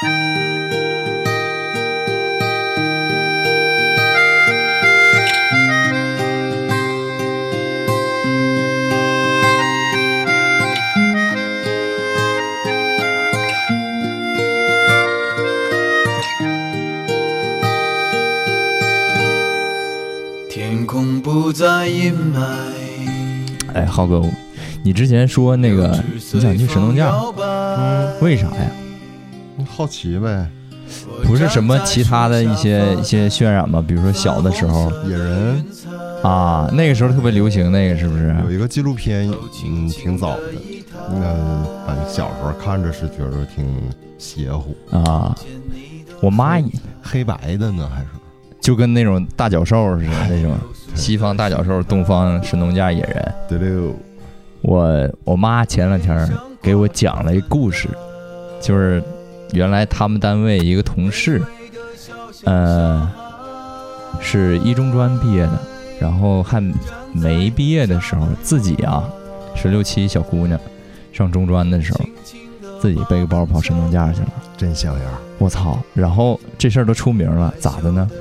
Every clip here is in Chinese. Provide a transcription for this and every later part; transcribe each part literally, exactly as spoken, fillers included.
天空不再阴霾。 哎，浩哥，你之前说那个你想去神农架，嗯，为啥呀？ 好奇呗。 不是什么其他的一些一些渲染吗？比如说小的时候野人啊，那个时候特别流行那个，是不是？ 有一个纪录片，嗯，挺早的。那反正小时候看着是觉得挺邪乎啊。我妈黑白的呢，还是就跟那种大角兽似的那种西方大角兽，东方神农架野人。 对溜。 我我妈前两天给我讲了一个故事，就是原来他们单位一个同事，呃，是一中专毕业的，然后还没毕业的时候，自己啊，十六七小姑娘，上中专的时候，自己背个包跑神农架去了， 真像样。 我操！然后这事儿都出名了，咋的呢？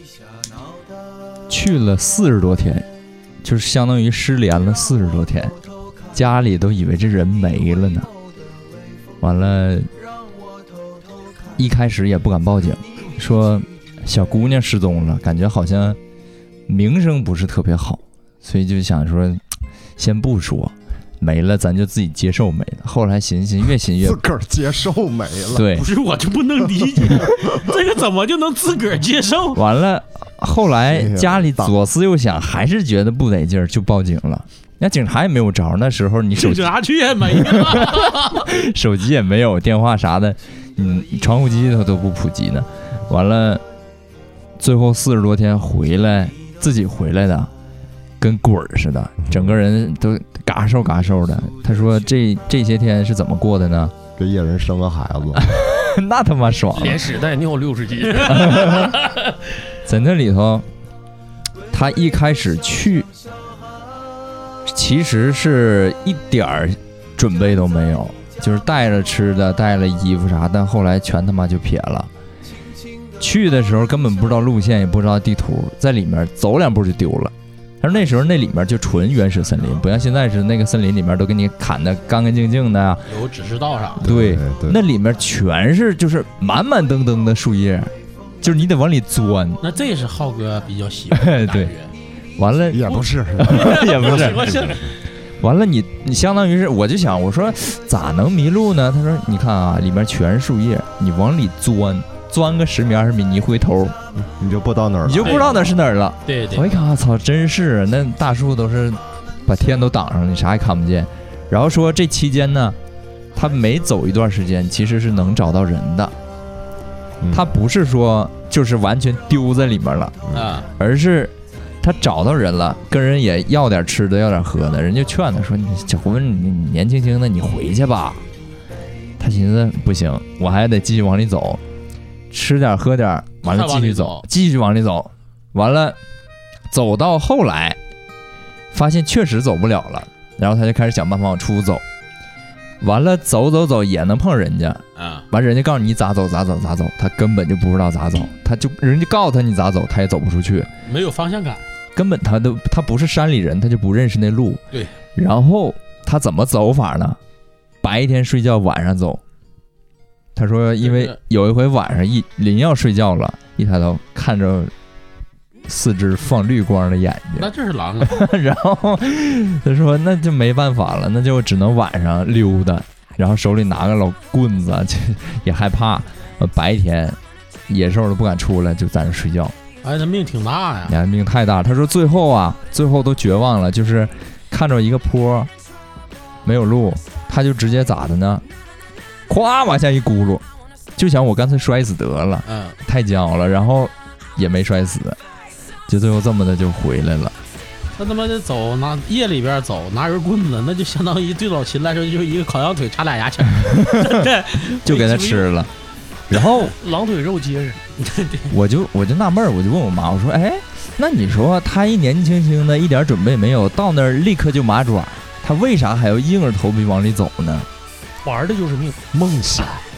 去了四十多天，就是相当于失联了四十多天，家里都以为这人没了呢。完了，一开始也不敢报警，说小姑娘失踪了，感觉好像名声不是特别好，所以就想说先不说，没了咱就自己接受没了。后来寻思越寻越自个儿接受没了。 对， 不是我就不能理解这个怎么就能自个儿接受？ 完了，后来家里左思右想，还是觉得不得劲儿，就报警了。那警察也没有招，那时候你手机警察局也没了， 手机也没有，电话啥的，嗯，传呼机都都不普及呢。完了，最后四十多天回来，自己回来的，跟鬼儿似的，整个人都嘎瘦嘎瘦的。他说这这些天是怎么过的呢？ 给野人生个孩子， 那他妈爽了， 连屎带尿六十斤。 在那里头，他一开始去。其实是一点儿准备都没有，就是带了吃的带了衣服啥，但后来全他妈就撇了。去的时候根本不知道路线，也不知道地图，在里面走两步就丢了。他说那时候那里面就纯原始森林，不像现在是那个森林里面都给你砍的干干净净的呀， 有指示道啥的。 对， 对对， 那里面全是就是满满登登的树叶，就是你得往里钻。 那这是浩哥比较喜欢的对。完了也不是， 也不是。完了你，你相当于是，我就想，我说咋能迷路呢？他说，你看啊，里面全是树叶，你往里钻，钻个十米二十米，你一回头， 你就不到哪儿了， 你就不知道哪是哪儿了。 对对。 我一看，操，真是那大树都是把天都挡上，你啥也看不见。然后说这期间呢，他每走一段时间，其实是能找到人的。他不是说就是完全丢在里面了啊，而是。他找到人了，跟人也要点吃的，要点喝的，人就劝他说：“你小姑娘，你年轻轻的，你回去吧。”他寻思不行，我还得继续往里走，吃点喝点，完了继续走，继续往里走。完了，走到后来，发现确实走不了了，然后他就开始想办法往出走。完了，走走走也能碰人家啊！完人家告诉你咋走咋走咋走，他根本就不知道咋走，他就人家告诉他你咋走，他也走不出去， 没有方向感。 根本他都他不是山里人，他就不认识那路。 对， 然后他怎么走法呢？白天睡觉，晚上走。他说，因为有一回晚上一临要睡觉了，一抬头看着四只放绿光的眼睛， 那这是狼啊！ 然后他说，那就没办法了，那就只能晚上溜达，然后手里拿个老棍子，也害怕。白天野兽都不敢出来，就在那睡觉。 哎，这命挺大呀！ 呀，命太大。他说最后啊，最后都绝望了，就是看着一个坡，没有路，他就直接咋的呢？咵往下一轱辘，就想我干脆摔死得了。嗯，太煎熬了，然后也没摔死，就最后这么的就回来了。 那他妈的走拿夜里边走拿根棍子，那就相当于最早秦来说就是一个烤羊腿插俩牙签， 就给他吃了。然后狼腿肉结实， 我就我就纳闷儿，我就问我妈，我说，哎，那你说他一年纪轻轻的，一点准备没有，到那儿立刻就麻爪，他为啥还要硬着头皮往里走呢？ 玩的就是命， 梦想。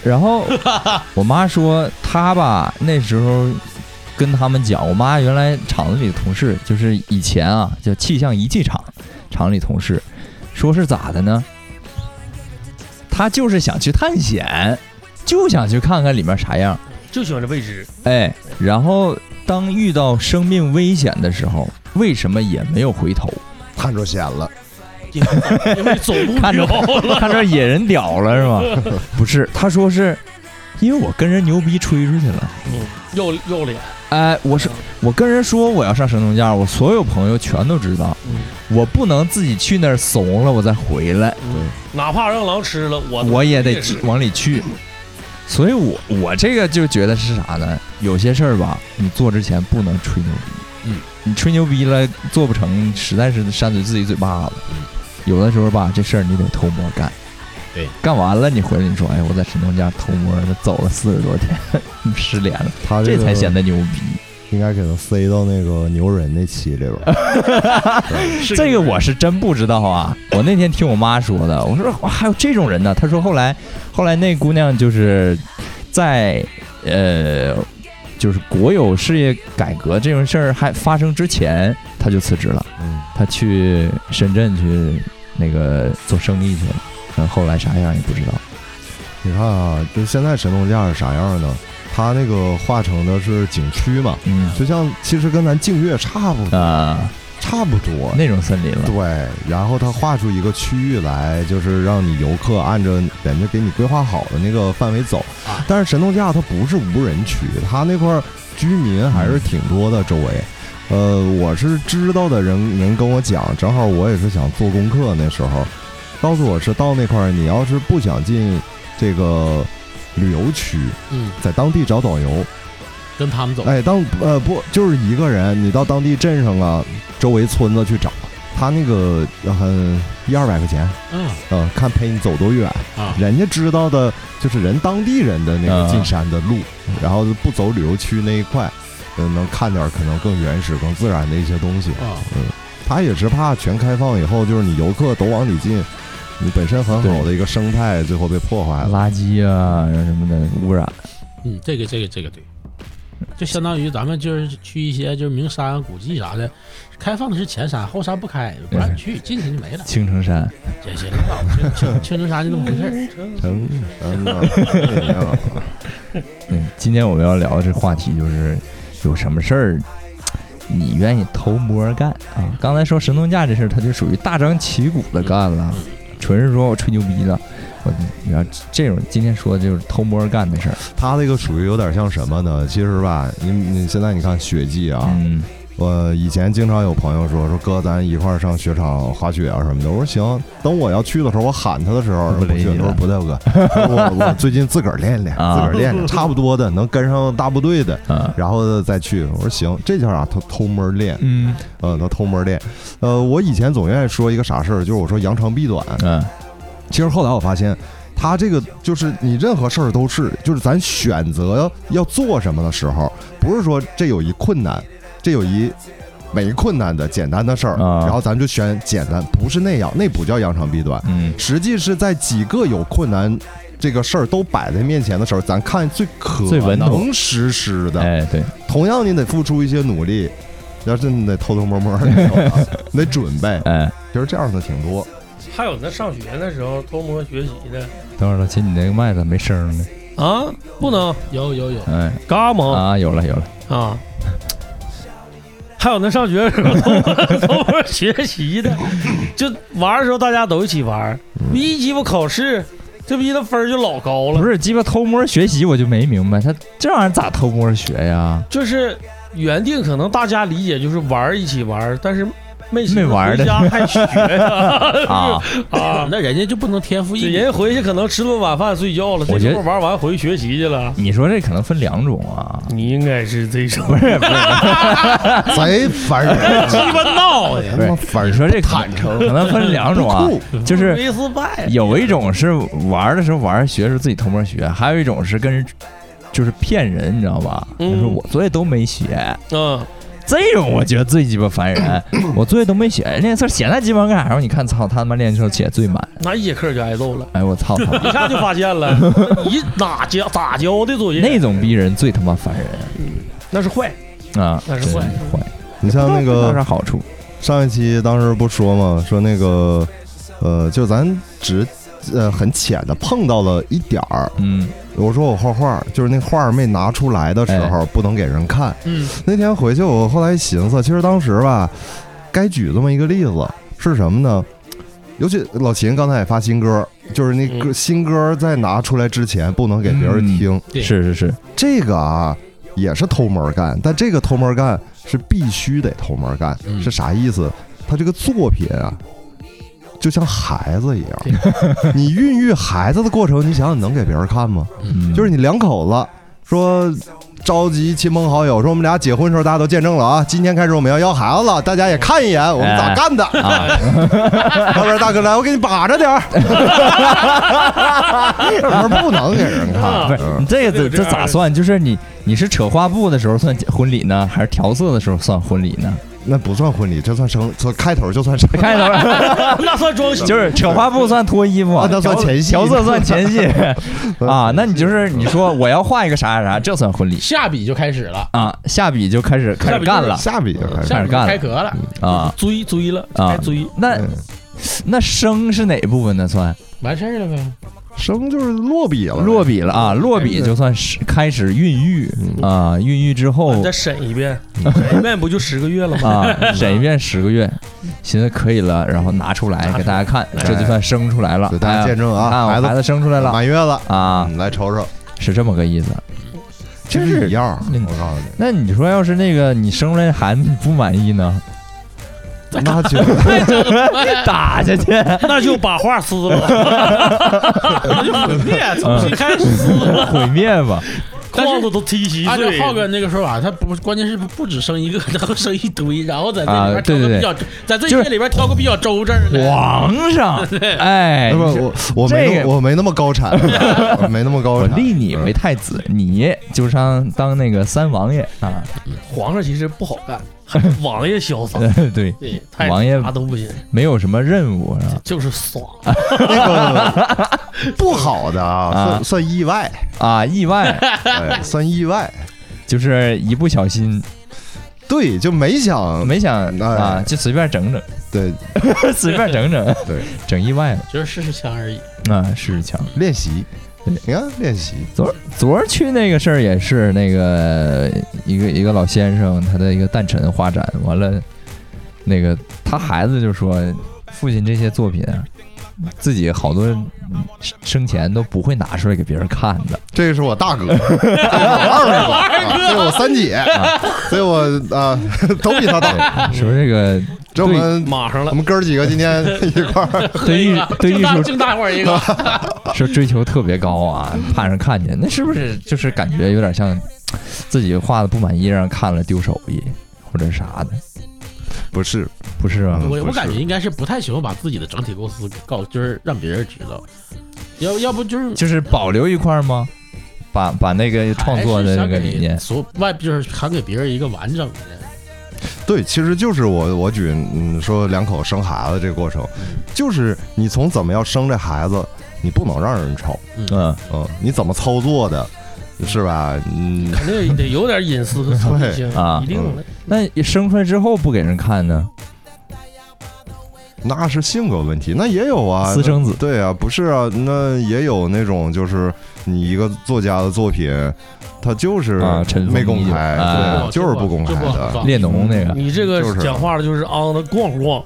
然后我妈说她吧那时候跟他们讲，我妈原来厂子里的同事，就是以前啊叫气象仪器厂厂里同事，说是咋的呢？她就是想去探险，就想去看看里面啥样， 就喜欢这未知。 哎，然后当遇到生命危险的时候，为什么也没有回头？ 探着险了， 因为走不看着了了。 看着野人屌了是吧？不是，他说是因为我跟人牛逼吹出去了。 嗯，要要脸。 哎，我是我跟人说我要上神农架，我所有朋友全都知道， 嗯， 我不能自己去那儿怂了我再回来， 嗯，哪怕让狼吃了，我我也得是往里去。所以我我这个就觉得是啥呢？有些事儿吧，你做之前不能吹牛逼， 嗯， 你吹牛逼了做不成，实在是扇嘴自己嘴巴子。 嗯， 有的时候吧，这事儿你得偷摸干。 对， 干完了你回来你说，哎，我在神农架偷摸的走了四十多天，失联了， 他这这才显得牛逼。 应该给他塞到那个牛人那期里边。 这个我是真不知道啊！我那天听我妈说的，我说哇还有这种人呢。她说后来后来那姑娘就是在呃就是国有事业改革这种事儿还发生之前，她就辞职了。 嗯， 她去深圳去那个做生意去了，然后后来啥样也不知道。 你看啊，就现在神农架是啥样呢？它那个划成的是景区嘛， 嗯， 就像其实跟咱净月差不多， 啊， 差不多那种森林了。 对，然后它划出一个区域来，就是让你游客按照人家给你规划好的那个范围走。 啊、 但是神农架它不是无人区，它那块居民还是挺多的，周围。呃，我是知道的人人跟我讲，正好我也是想做功课，那时候告诉我是到那块，你要是不想进这个旅游区， 嗯，在当地找导游， 跟他们走。 哎，当呃不就是一个人，你到当地镇上啊，周围村子去找他那个很一二百块钱， 嗯， 呃，看陪你走多远啊， 人家知道的就是人当地人的那个进山的路， 嗯、 然后不走旅游区那一块，呃，能看点可能更原始、更自然的一些东西啊， 嗯，他也是怕全开放以后，就是你游客都往里进。你本身很好的一个生态，最后被破坏了， 垃圾啊什么的污染。 嗯，这个这个这个对，就相当于咱们就是去一些就是名山古迹啥的，开放的是前山，后山不开，不让你去，进去就没了。 青城山， 这行了，青青城山就这么回事。 成山啊！ 嗯，今天我们要聊的这话题就是有什么事儿。你愿意偷摸干啊？刚才说神农架这事儿，它就属于大张旗鼓的干了，纯是说我吹牛逼了。我你要这种今天说的就是偷摸干的事儿。 他那个属于有点像什么呢？其实吧，你你现在你看雪季啊， 嗯， 我以前经常有朋友说说哥，咱一块儿上雪场滑雪啊什么的。我说行，等我要去的时候，我喊他的时候， 不去，他说不对哥，我我最近自个儿练练， 啊、 自个儿练练，差不多的能跟上大部队的， 啊、 然后再去。我说行，这叫啥？他偷摸练， 嗯， 呃，他偷摸练。呃，我以前总愿意说一个啥事儿，就是我说扬长避短， 嗯， 其实后来我发现。他这个就是你任何事儿都是，就是咱选择要做什么的时候，不是说这有一困难，这有一没困难的简单的事儿， 啊、 然后咱就选简单，不是那样，那不叫扬长避短。 嗯， 实际是在几个有困难这个事儿都摆在面前的时候，咱看最可能实施的。 哎，对， 同样你得付出一些努力，要是你得偷偷摸摸的，你得准备。 哎， 其实这样的挺多。 还有那上学的时候偷摸学习的。 等会儿，老秦，你那个麦子没声呢？ 啊，不能，有有有， 哎， 嘎吗？ 啊，有了有了啊。还有那上学的时候偷摸偷摸学习的，就玩的时候大家都一起玩，一鸡巴考试，这逼的分儿就老高了。 不是鸡巴偷摸学习，我就没明白他这玩意儿咋偷摸学呀？ 就是原定可能大家理解就是玩一起玩，但是。没没玩的， 回家还学呀啊啊！那人家就不能天赋异禀，人家回去可能吃顿晚饭睡觉了， 我觉得玩完回去学习去了。 你说这可能分两种啊， 你应该是这种， 不是不是， 贼烦人， 鸡巴闹的， 不是。你说这坦诚可能分两种啊，就是有一种是玩的时候玩学的时候自己偷摸学，还有一种是跟人就是骗人，你知道吧？他、嗯、说我作业都没写， 嗯。 这种我觉得最鸡巴烦人。我作业都没写，练册写那鸡巴干啥？然后你看，操他妈练册写最满， 那一节课就挨揍了。 哎我操他！ 一下就发现了，你哪教咋教的作业？ 那种逼人最他妈烦人。 那是坏啊， 那是坏坏。 你像那个有啥好处？ 上一期当时不说嘛，说那个呃，就咱只呃很浅的碰到了一点儿， 嗯， 我说我画画，就是那画没拿出来的时候，不能给人看。 嗯， 那天回去我后来一寻思，其实当时吧，该举这么一个例子是什么呢？尤其老秦刚才也发新歌，就是那歌、嗯、新歌在拿出来之前不能给别人听。 嗯、是是是， 这个啊也是偷摸干，但这个偷摸干是必须得偷摸干， 嗯、 是啥意思？他这个作品啊，就像孩子一样，你孕育孩子的过程，你想想能给别人看吗？ 嗯、 就是你两口子说召集亲朋好友，说我们俩结婚的时候大家都见证了啊，今天开始我们要要孩子了，大家也看一眼我们咋干的。哎啊、后边大哥来，我给你把着点儿，不能给人看。 不是你这个这这咋算？就是你你是扯画布的时候算婚礼呢，还是调色的时候算婚礼呢？ 那不算婚礼，这算生，算开头就算生开头， 那算装修， 就是扯花布算脱衣服， 啊、那算前戏， 调色算前戏啊。那你就是你说我要画一个啥啥啥，这算婚礼。 下笔就开始了啊，下笔就开始开始干了， 下笔就开始开始干了， 开壳了啊， 追追了啊，追。 那那生是哪部分呢？算完事儿了呗。 生就是落笔了， 落笔了啊！落笔就算是开始孕育啊，孕育之后再审一遍，审一遍不就十个月了吗？ 啊，审一遍十个月，寻思可以了，然后拿出来给大家看，这就算生出来了， 大家见证啊， 孩子孩子生出来了， 满月了啊， 来瞅瞅， 是这么个意思。 真是一样，我告诉你。 那你说要是那个你生出来孩子你不满意呢？ 那就打下去， 那就把画撕了，那就毁灭，重新开始撕了， 毁灭吧。 框子都踢稀碎。 按照浩哥那个说法，他不关键是不只生一个，他会生一堆，然后在这里边挑个比较，在这些里边挑个比较周正的。 皇上，哎， 不，我我没我没那么高产，没那么高产。 我立你为太子，你就上当那个三王爷啊。 皇上其实不好干。王爷潇洒， 对对， 王爷啥都不行， 没有什么任务， 就是爽。 那个不好的啊，算算意外啊，意外， 哎，算意外， 就是一不小心， 对，就没想没想啊，就随便整整， 对， 随便整整， 对， 整意外了， 就是试试枪而已啊，试试枪， 练习。你看练习， 昨昨儿去那个事儿也是那个一个一个老先生，他的一个诞辰画展，完了，那个他孩子就说，父亲这些作品啊，自己好多生前都不会拿出来给别人看的。 这个是我大哥，这是我二哥，这是我三姐，所以我啊都比他大。 说这个。 这我们马上了， 我们哥几个今天一块儿对艺对艺术净大伙儿一个， 是追求特别高啊，怕人看见，那是不是就是感觉有点像自己画的不满意，让人看了丢手艺或者啥的？ 不是， 不是啊， 我我感觉应该是不太喜欢把自己的整体构思告，就是让别人知道，要要不就是就是保留一块吗？把把那个创作的那个理念， 所外就是还给别人一个完整的。 对，其实就是我我举嗯说两口生孩子这个过程，就是你从怎么样生这孩子，你不能让人瞅， 嗯嗯，你怎么操作的，是吧？嗯， 肯定得有点隐私和私密性啊，一定的。 那生出来之后不给人看呢？ 那是性格问题，那也有啊， 私生子。 对啊，不是啊，那也有那种就是你一个作家的作品。他就是没公开， 啊、 对，就是不公开的。 列侬那个， 你这个讲话的就是昂的咣咣，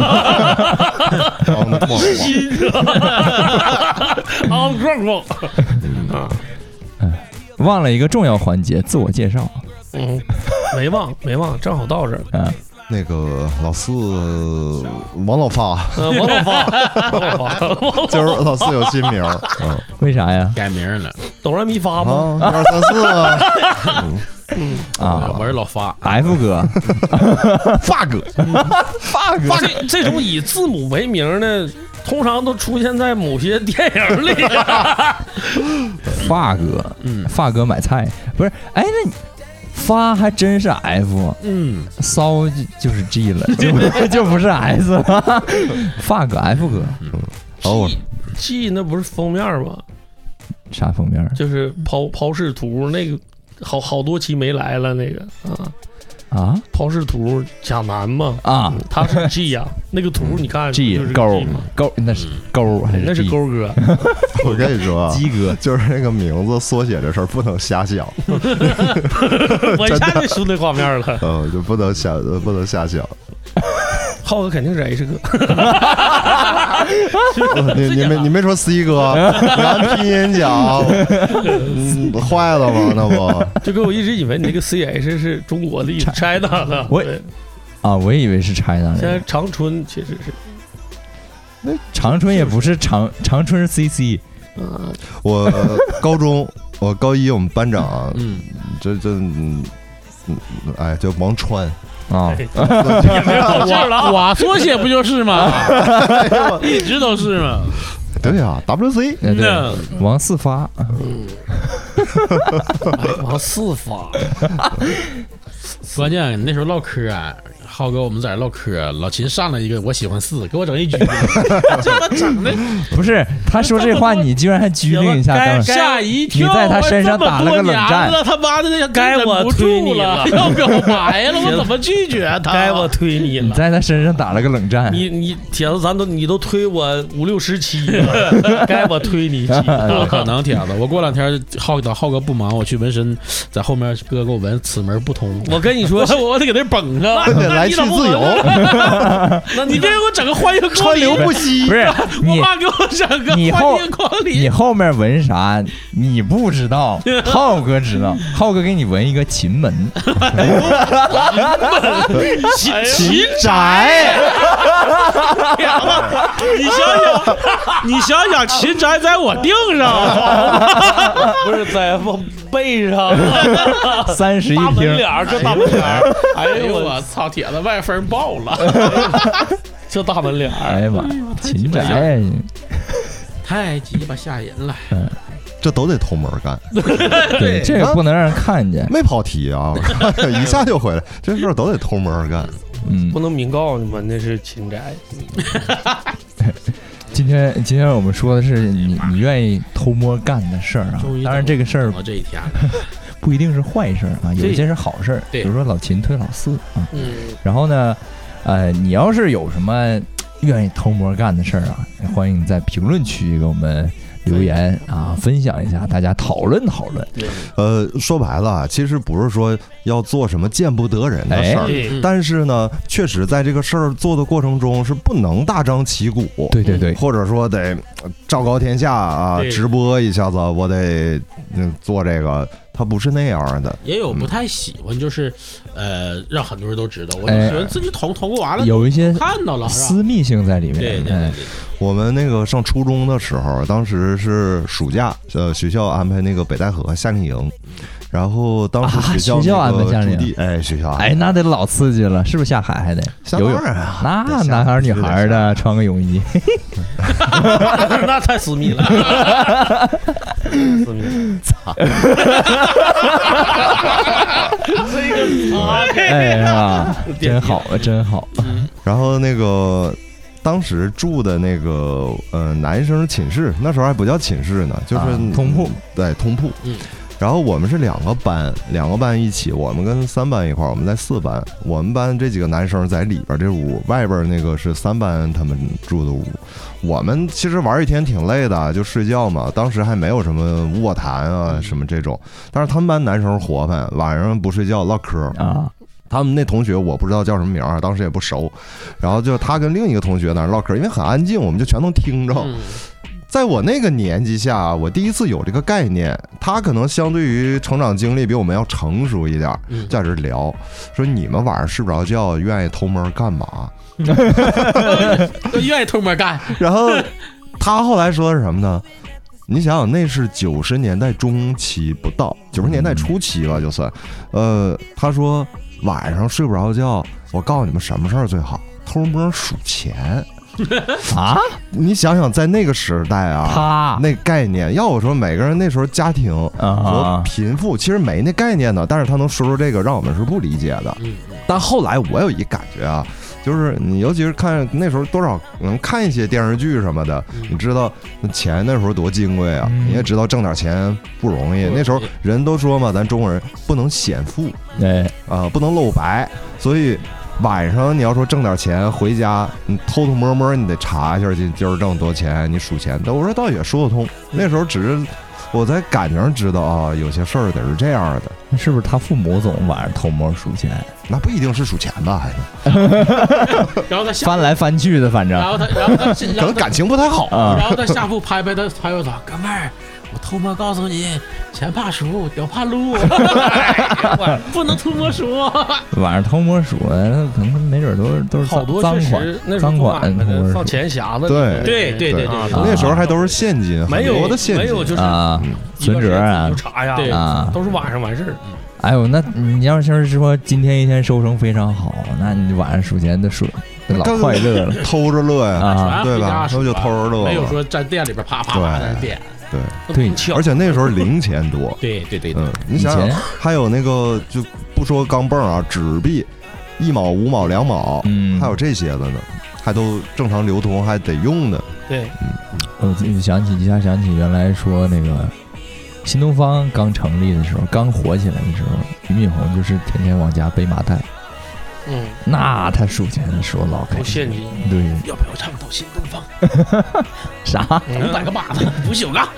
昂的咣咣，昂咣咣啊！ 忘了一个重要环节，自我介绍。 嗯，没忘，没忘，正好到这儿。 啊， 那个老四王老发， 呃，王老发，王老发， 就是老四有新名，嗯， 为啥呀？ 改名了， 哆来咪发吗？ 一二三四啊， 嗯啊， 我是老发 ，F 哥， 发哥， 发哥， 这这种以字母为名的，通常都出现在某些电影里。 发哥，嗯，发哥买菜不是？哎，那你。 发还真是 F， 嗯， 骚就是 G 了，就就不是 S 了。发哥 F 哥， 哦， G 那不是封面吗？ 啥封面？ 就是抛抛视图那个，好好多期没来了那个啊。 啊， 抛视图贾南嘛啊， 他是 G 呀、啊，那个图你看 G 勾勾那是勾还是那是勾哥？ 我跟你说， 鸡哥就是那个名字缩写这事儿不能瞎想。 我一下就输那画面了， 呃，就不能瞎不能瞎想。 浩哥肯定是 H 哥， 你你没你没说 C 哥，你按拼音讲，嗯，坏了吗？那不就跟我一直以为你那个 C H 是中国的意思 ，China 的。 我啊，我也以为是 China 的。 现在长春其实是， 那长春也不是长长春是 C C。 嗯， 我高中我高一我们班长， 嗯， 这这嗯，哎，叫王川。 啊， 也没有劲了， 我缩写不就是吗？一直都是嘛。 对呀 ，W C， 对，王四发， 嗯，王四发。 关键那时候唠嗑啊，浩哥我们在这唠嗑，老秦上来一个我喜欢四，给我整一局，这么整的。 不是他说这话，你居然还拘令一下， 吓一跳！ 你在他身上打了个冷战， 他妈的那该我推你了，要表白了，我怎么拒绝他？ 该我推你了， 你在他身上打了个冷战。 你你铁子，咱都你都推我五六十期了，该我推你一期。 不可能，铁子，我过两天浩等浩哥不忙，我去纹身，在后面哥给我纹此门不通。 我跟你说， 我得给他绷上， 得来去自由。 那你别给我整个欢迎光临， 川流不息。 不是， 我爸给我整个欢迎光临。 你后面纹啥？你不知道，浩哥知道。浩哥给你纹一个秦门， 秦秦宅。你想想，你想想，秦宅在我腚上， 不是在我背上， 三十一大门脸儿，这大门脸儿。 哎呦我操，铁子外分爆了， 这大门脸儿。 哎呀妈，秦宅太鸡巴吓人了。 嗯， 这都得偷摸干。 对，这个不能让人看见。 没跑题啊，一下就回来，这事儿都得偷摸干。 嗯， 不能明告你们那是秦宅。 今天今天我们说的是你你愿意偷摸干的事儿啊，当然这个事儿这一天不一定是坏事啊，有一些是好事儿，比如说老秦推老四啊。 嗯， 然后呢，呃，你要是有什么愿意偷摸干的事儿啊，欢迎你在评论区给我们留言啊，分享一下，大家讨论讨论。 呃，说白了，其实不是说要做什么见不得人的事儿， 哎、 但是呢，确实在这个事儿做的过程中是不能大张旗鼓， 对对对， 或者说得昭告天下啊，直播一下子，我得嗯做这个。他不是那样的， 也有不太喜欢，就是呃，让很多人都知道，我就喜欢自己捅捅过完了， 有一些看到了私密性在里面。 对对对对， 我们那个上初中的时候，当时是暑假，呃，学校安排那个北戴河夏令营，然后当时学校安排夏令营， 哎，学校哎，那得老刺激了，是不是下海还得游泳啊？ 那男孩女孩的穿个泳衣， 那太私密了，私密，操！这个哎呀，真好啊，真好。 然后那个当时住的那个呃男生寝室，那时候还不叫寝室呢，就是、啊、 通铺， 对，通铺。 嗯。 然后我们是两个班，两个班一起，我们跟三班一块儿，我们在四班。我们班这几个男生在里边这屋，外边那个是三班他们住的屋。我们其实玩一天挺累的，就睡觉嘛。当时还没有什么卧谈啊什么这种，但是他们班男生活泛，晚上不睡觉唠嗑啊。 他们那同学我不知道叫什么名儿，当时也不熟。然后就他跟另一个同学在那唠嗑，因为很安静，我们就全能听着。嗯，在我那个年纪下，我第一次有这个概念。他可能相对于成长经历比我们要成熟一点，在这聊说你们晚上睡不着觉，愿意偷摸干嘛？ 愿意偷摸干。 然后他后来说的是什么呢？你想想，那是九十年代中期不到，九十年代初期吧，就算。呃，他说晚上睡不着觉，我告诉你们什么事儿最好，偷摸数钱。 啊， 你想想，在那个时代啊， 他那概念，要我说，每个人那时候家庭和贫富其实没那概念的，但是他能说出这个，让我们是不理解的。但后来我有一感觉啊，就是你尤其是看那时候多少能看一些电视剧什么的，你知道那钱那时候多金贵啊，你也知道挣点钱不容易。那时候人都说嘛，咱中国人不能显富， 对啊、呃，不能露白，所以。晚上你要说挣点钱回家，你偷偷摸摸你得查一下今今儿挣多少钱，你数钱。但我说倒也说得通。那时候只是我在感觉上知道啊，有些事儿得是这样的。 那是不是他父母总晚上偷摸数钱？ 那不一定是数钱吧，还是然后他翻来翻去的，反正。 然后他，然后他， 可能感情不太好啊。 然后他下铺拍拍他拍拍他，哥们儿。我偷摸告诉你，钱怕数，屌怕撸，不能偷摸数。 晚上偷摸数，可能没准都是都是好多赃款，赃款放钱匣子里。 对对对对对， 那时候还都是现金， 没有的现金， 没有就是啊，存折啊， 就查呀， 啊， 都是晚上完事儿。 哎呦，那你要是说今天一天收成非常好，那你晚上数钱的数。老快乐了， 偷着乐呀， 啊， 对吧？那就偷着乐， 没有说在店里边啪啪啪在点， 对对， 而且那时候零钱多， 对对对， 嗯，你想想，还有那个就不说钢镚啊，纸币，一毛、五毛、两毛， 嗯， 还有这些的呢，还都正常流通，还得用的， 对， 嗯，我想起一下想起原来说那个新东方刚成立的时候，刚火起来的时候，俞敏洪就是天天往家背麻袋。 嗯， 那他数钱的时候老开心， 现金， 对， 要不要唱到新东方？ 啥？ 五百个码子，不锈钢。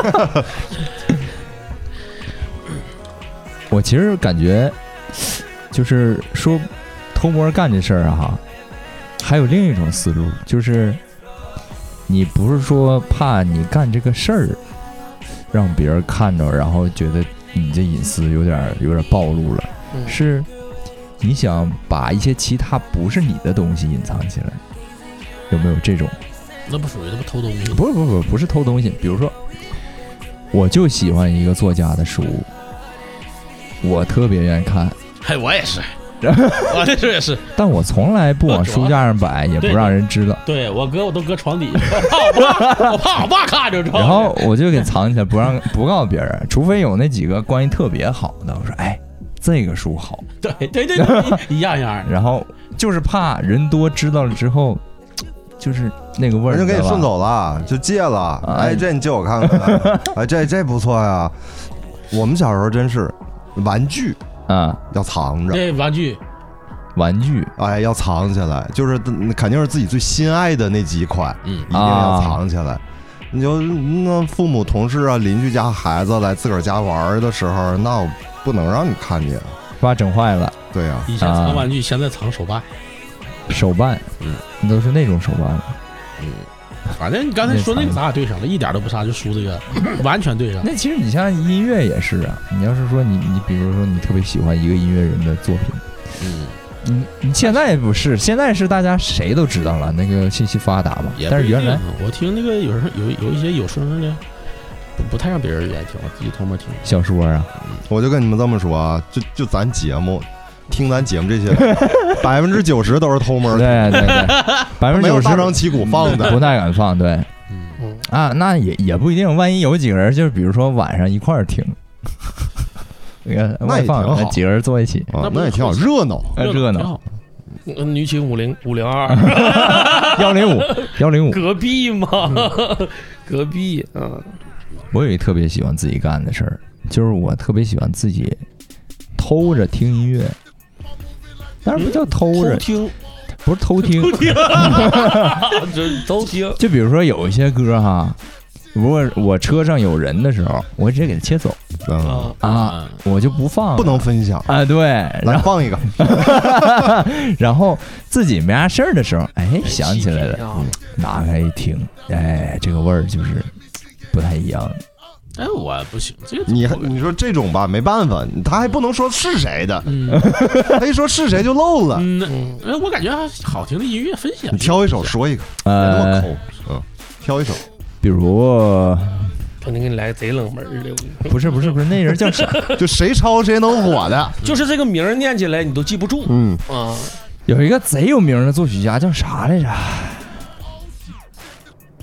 我其实感觉，就是说偷摸干这事儿哈，还有另一种思路，就是你不是说怕你干这个事儿让别人看着，然后觉得你这隐私有点有点暴露了， 嗯、 是。你想把一些其他不是你的东西隐藏起来，有没有这种？ 那不属于他不偷东西？ 不是不是不是不是偷东西。比如说，我就喜欢一个作家的书，我特别愿意看。 嘿，我也是，我这时候也是。 但我从来不往书架上摆，也不让人知道。 对我哥我都搁床底下，我怕我怕我爸看着。 然后我就给藏起来，不让不告诉别人，除非有那几个关系特别好的，我说哎。这个书好， 对对对对，一样一样。 然后就是怕人多知道了之后，就是那个味儿， 人就给你顺走了，就借了。 啊、 哎，这你借我看看，哎，这这不错呀。我们小时候真是玩具啊， 要藏着。 对，玩具， 玩具， 哎，要藏起来，就是肯定是自己最心爱的那几款， 嗯， 一定要藏起来。啊、你就那父母、同事啊、邻居家孩子来自个儿家玩的时候，那我。不能让你看见， 把整坏了。 对呀、啊， 以前藏玩具，现在藏手办。 手办， 嗯， 都是那种手办。 嗯，反正你刚才说那个咱俩对上了，一点都不差，就输这个完全对上。 那其实你像音乐也是啊，你要是说你你比如说你特别喜欢一个音乐人的作品， 嗯， 你你现在不是，现在是大家谁都知道了，那个信息发达嘛。但是原来我听那个有时候有有一些有声的。不太让别人愿意听，我自己偷摸听小说啊。 我就跟你们这么说啊，就就咱节目，听咱节目这些，百分之九十都是偷摸。 对对对，百分之九十大张旗鼓放的， 不太敢放。对， 嗯啊，那也也不一定，万一有几个人，就是比如说晚上一块儿听，那个外放，几个人坐一起， 啊、那也挺好，热闹， 热闹。 女寝五零五零二幺零五幺零五， 隔壁嘛，隔壁啊。 我有一特别喜欢自己干的事儿，就是我特别喜欢自己偷着听音乐，但是不叫偷着、 嗯、听， 不是偷听， 偷听，偷听。 就比如说有一些歌哈，如果我车上有人的时候，我直接给他切走， 嗯啊，我就不放， 不能分享啊，对， 来放一个， 然后自己没啥事儿的时候，哎，想起来了，拿开一听，哎，这个味儿就是。不太一样， 哎，我不行，这个你你说这种吧，没办法，他还不能说是谁的， 嗯、 他一说是谁就漏了。 嗯，哎，我感觉好听的音乐分享， 你挑一首说一个， 呃， 别那么抠，嗯，挑一首， 比如， 肯定给你来个贼冷门的， 不是不是不是，那人叫啥？ 就谁抄谁能火的， 就是这个名念起来你都记不住， 嗯啊， 有一个贼有名的作曲家叫啥来着？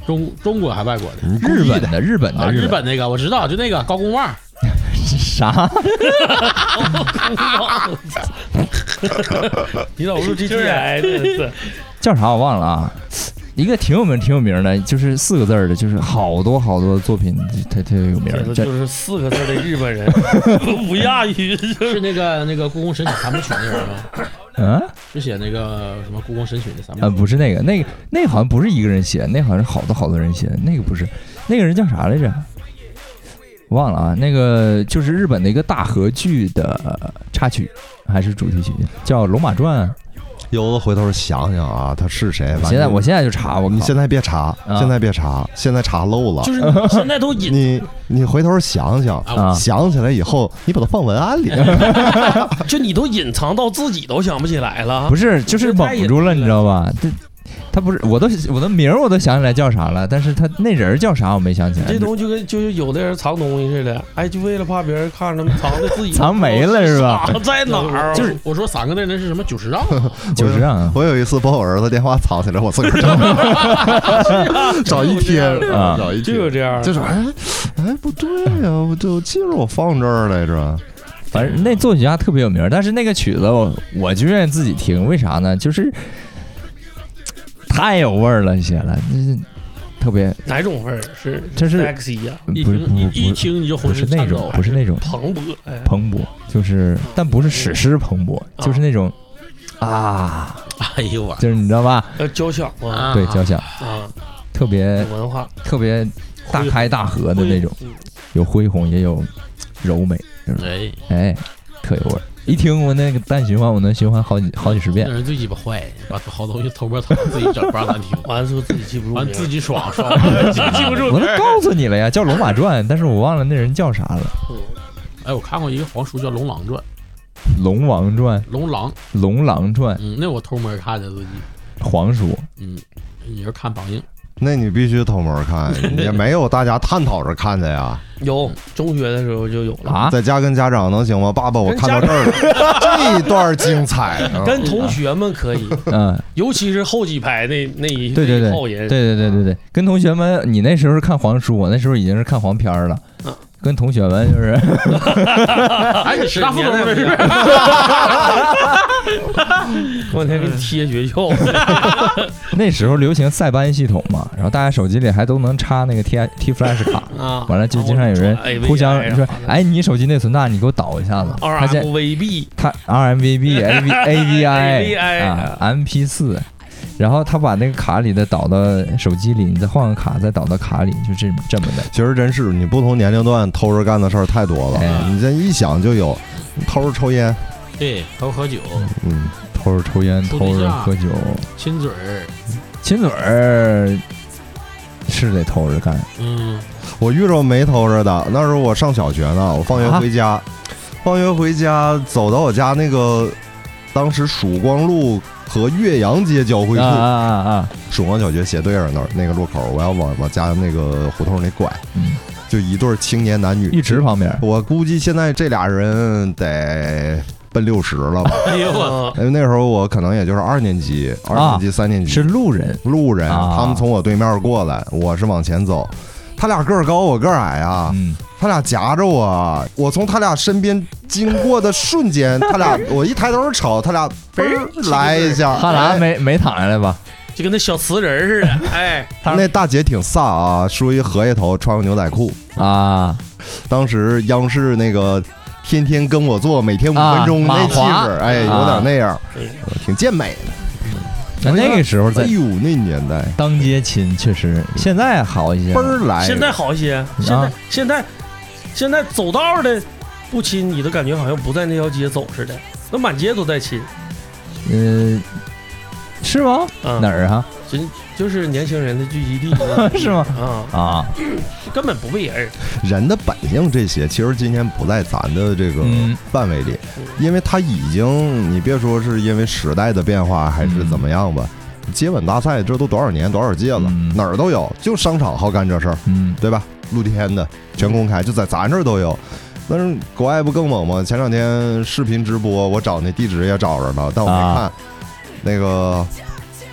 中中国还外国的？ 日本的，日本的， 啊、日本那个我知道，就那个高公望。 啥？ 你老是 G T I 的， 叫啥我忘了啊。一个挺有名、挺有名的，就是四个字的，就是好多好多作品，特特有名。 这就是四个字的日本人，不亚于是那个那个故宫神曲三部曲那人吗？ 嗯， 是写那个什么故宫神曲的三部曲？ 啊，不是那个，那个那个好像不是一个人写，那好像是好多好多人写的，那个不是，那个人叫啥来着？忘了啊，那个就是日本的一个大河剧的插曲还是主题曲，叫《龙马传》。 有的回头想想啊，他是谁？ 现在我现在就查，我你现在别查， 啊、 现在别查，现在查漏了。 就是你现在都引你你回头想想， 啊、 想起来以后，你把它放文案里。 就你都隐藏到自己都想不起来了。 不是，就是蒙住了，你知道吧？这。他不是，我都我的名我都想起来叫啥了，但是他那人叫啥我没想起来。 这东西就跟就是有的人藏东西似的，哎，就为了怕别人看着藏的自己藏没了是吧？ 在哪儿？ 就是我说三个那人是什么九十让？ 九十让。 我有一次把我儿子电话藏起来，我自个儿找，找一天啊，找一天就有这样， 就是哎哎不对呀、啊，我就记着我放这儿来着。 反正那作曲家特别有名，但是那个曲子我我就愿意自己听，为啥呢？就是。太有味儿了，写了，这特别哪种味儿？是这是 sexy 呀、 啊， 一听一一听你就不是那种，不是那种蓬勃，哎、 蓬勃，就是但不是史诗蓬勃， 啊、 就是那种啊， 哎呦我， 就是你知道吧？ 呃，交响啊， 对，交响啊， 特别文化， 特别大开大合的那种，有恢宏也有柔美， 哎哎，特有味儿。一听我那个单循环，我能循环好几好几十遍。 那人最鸡巴坏，把好东西偷摸偷自己整，不让咱听。 完了之后自己记不住， 完自己爽爽，记不住。 我都告诉你了呀，叫《龙马传》，但是我忘了那人叫啥了。 哎，我看过一个黄书叫《龙狼传》。 龙王传。 龙狼。 龙狼传。 嗯，那我偷摸看的自己。 黄书。 嗯，你是看榜印。 那你必须偷摸看，也没有大家探讨着看的呀。 有中学的时候就有了啊， 在家跟家长能行吗？爸爸，我看到这儿了，这一段精彩。 跟同学们可以， 嗯， 尤其是后几排那那一对对对后人， 对对对对对，跟同学们，你那时候是看黄书，我那时候已经是看黄片了。 嗯， 跟同学们就是， 哎，你师大附中的是？ 我天，给你贴学校。 那时候流行塞班系统嘛，然后大家手机里还都能插那个 T T Flash 卡啊， 完了就经常有人互相说，哎，你手机内存大，你给我导一下子。 R M V B， 他 R M V B A V A V I 啊 M P 四。然后他把那个卡里的导到手机里，你再换个卡，再导到卡里，就这这么的。 其实真是你不同年龄段偷着干的事儿太多了，哎、你这一想就有，偷着抽烟， 对，偷喝酒， 嗯， 偷着抽烟，偷着喝酒， 亲嘴儿， 亲嘴儿是得偷着干。 嗯， 我遇着没偷着的，那时候我上小学呢，我放学回家，啊、放学回家走到我家那个，当时曙光路和岳阳街交汇处， 啊啊啊！ 曙光小学斜对着那儿那个路口，我要往往家那个胡同里拐， 嗯， 就一对青年男女， 浴池旁边。 我估计现在这俩人得奔六十了吧？ 哎呦我！ 因为那时候我可能也就是二年级、二年级、三年级， 是路人， 路人， 啊、 他们从我对面过来，我是往前走，他俩个儿高，我个儿矮啊。 嗯。 他俩夹着我，我从他俩身边经过的瞬间，他俩我一抬头瞅，他俩嘣来一下， 哈喇没没躺下来吧？ 就跟那小瓷人似的。哎， 那大姐挺飒啊，梳一荷叶头，穿个牛仔裤啊。 当时央视那个天天跟我做，每天五分钟那气质，哎，有点那样，挺健美的。 那那个时候在， 哎呦，那年代当街亲确实，现在好一些， 嘣儿来， 现在好一些，现在现在。现在走道的不亲，你的感觉好像不在那条街走似的，那满街都在亲。 嗯、呃，是吗？ 啊、 哪儿啊？ 真就是年轻人的聚集地， 是吗？ 啊啊， 根本不为人。 人的本性这些，其实今天不在咱的这个范围里，嗯、因为他已经，你别说是因为时代的变化还是怎么样吧。嗯、接吻大赛这都多少年多少届了，嗯、哪儿都有，就商场好干这事儿， 嗯， 对吧？露天的全公开，就在咱这儿都有。但是国外不更猛吗？前两天视频直播，我找那地址也找着了，但我没看。啊、那个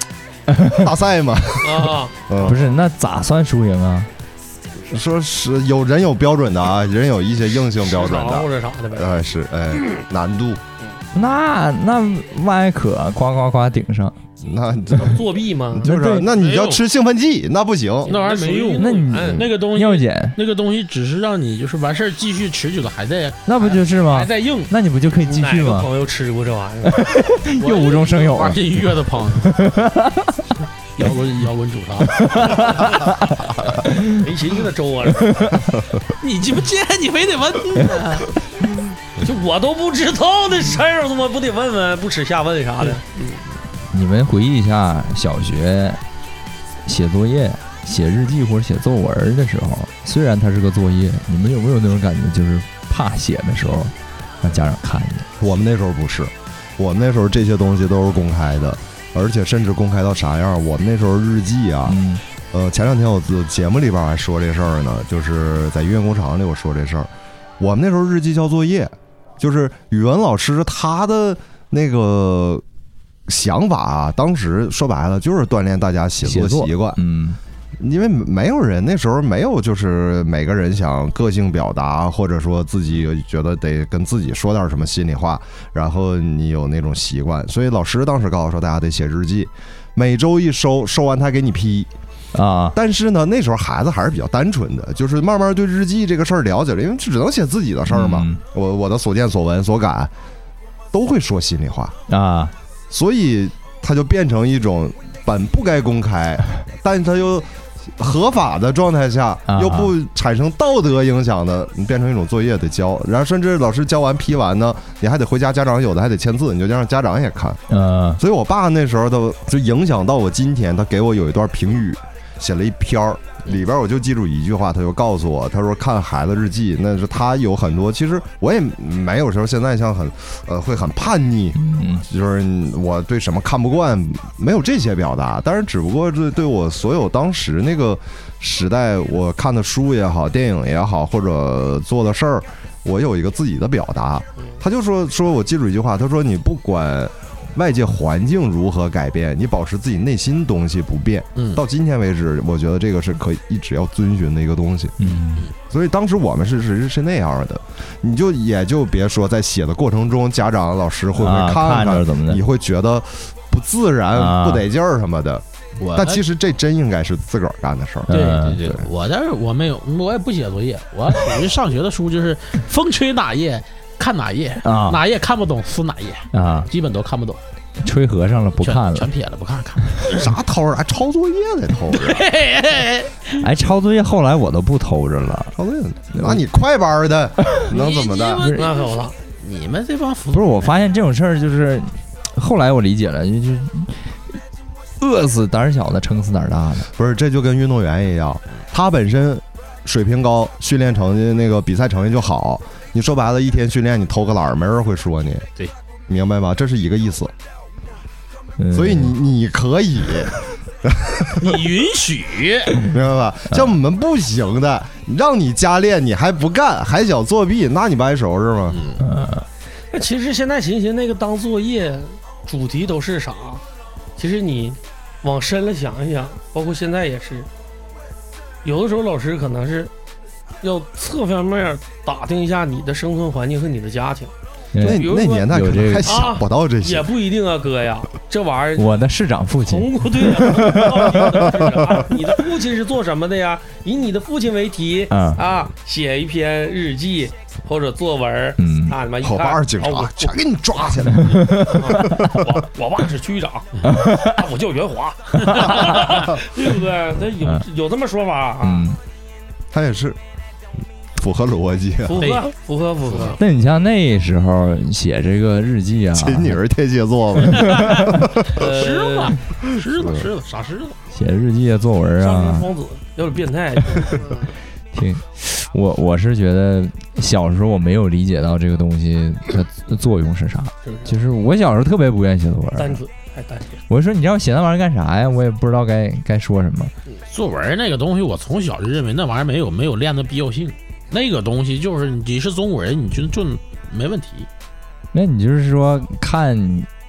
大赛嘛。 啊， 嗯， 不是，那咋算输赢啊？ 说是有人有标准的啊，人有一些硬性标准或的， 者啥的呗。 哎是哎难度， 那那万一可夸夸夸顶上， 那作弊吗？ 就是那你要吃兴奋剂那不行， 那玩意儿没用。 那你哎那个东西， 尿检那个东西只是让你就是完事儿继续持久的还在， 那不就是吗还？在硬。 那你不就可以继续哪个吗？ 朋友吃过这玩意儿？ 又无中生有花了。 心月的朋友，摇滚摇滚主唱， 没寻思那粥啊， 你鸡巴贱，你非得问呢。 就我都不知道的事儿，我他妈不得问问，不耻下问啥的。 你们回忆一下小学写作业、写日记或者写作文的时候，虽然它是个作业，你们有没有那种感觉，就是怕写的时候让家长看见？ 我们那时候不是，我们那时候这些东西都是公开的，而且甚至公开到啥样？我们那时候日记啊， 嗯呃，前两天我自节目里边还说这事儿呢，就是在音乐工厂里我说这事儿。我们那时候日记叫作业，就是语文老师他的那个想法啊，当时说白了就是锻炼大家写作习惯。 嗯， 因为没有人那时候没有，就是每个人想个性表达，或者说自己觉得得跟自己说点什么心里话，然后你有那种习惯，所以老师当时告诉说大家得写日记，每周一收，收完他给你批啊。 但是呢，那时候孩子还是比较单纯的，就是慢慢对日记这个事儿了解了，因为只能写自己的事儿嘛， 嗯、 我我的所见所闻所感都会说心里话啊， 所以它就变成一种本不该公开，但它又合法的状态下，又不产生道德影响的，你变成一种作业得交，然后甚至老师交完批完呢，你还得回家，家长有的还得签字，你就让家长也看。 嗯， 所以我爸那时候都就影响到我今天，他给我有一段评语，写了一篇儿。里边我就记住一句话，他就告诉我，他说看孩子日记，那是他有很多，其实我也没有时候现在像很呃会很叛逆， 嗯， 就是我对什么看不惯，没有这些表达，但是只不过是对我所有当时那个时代我看的书也好，电影也好，或者做的事儿，我有一个自己的表达。他就说说我记住一句话，他说你不管外界环境如何改变，你保持自己内心东西不变。嗯，到今天为止，我觉得这个是可以一直要遵循的一个东西。 嗯， 所以当时我们是是是那样的，你就也就别说在写的过程中，家长老师会不会看看， 啊、看着怎么的， 你会觉得不自然、啊、不得劲儿什么的。但其实这真应该是自个儿干的事儿。 对对对，我但是我没有，我也不写作业，我属于上学的书就是风吹哪页。看哪页啊？哪页看不懂撕哪页啊？ 基本都看不懂， 吹和尚了不看了， 全撇了不看看。 啥偷着？还抄作业得偷着？ 哎，抄作业后来我都不偷着了。 抄作业？那你快班的能怎么的？ 那可不了。 你们这帮不是，我发现这种事儿就是后来我理解了，就就饿死胆小的，撑死胆大的。 不是，这就跟运动员一样，他本身水平高，训练成绩那个比赛成绩就好。你说白了，一天训练你偷个懒儿，没人会说你， 对， 明白吗？这是一个意思。 嗯、 所以你你可以， 你允许， 明白吧？像我们不行的，让你加练你还不干，还想作弊，那你不挨收拾吗？ 嗯， 那其实现在寻思那个当作业主题都是啥？其实你往深了想一想，包括现在也是，有的时候老师可能是。要侧方面打听一下你的生存环境和你的家庭。 那那年代可能还想不到这些， 也不一定啊，哥呀，这玩意儿。 我的市长父亲。 从不对啊，你的父亲是做什么的呀？以你的父亲为题啊，啊写一篇日记或者作文， 嗯， 啊，妈一看，我爸是警察， 哦、 全给你抓起来。 我我爸是区长，我叫袁华，对不对？他有有这么说法啊？ 嗯， 他也是。符合逻辑、啊， 符合符合符合。 那你像那时候写这个日记啊， 秦女儿天蝎座吗？ 狮子，狮子，狮子，傻狮子。 写日记啊，作文啊， 双子有点变态。 挺，我我是觉得小时候我没有理解到这个东西它的作用是啥。其实我小时候特别不愿意写作文， 单纯太单纯。 我说你让我写那玩意儿干啥呀？我也不知道该该说什么。 作文那个东西，我从小就认为那玩意儿没有没有练的必要性。那个东西就是你是中国人，你就就没问题。 那你就是说看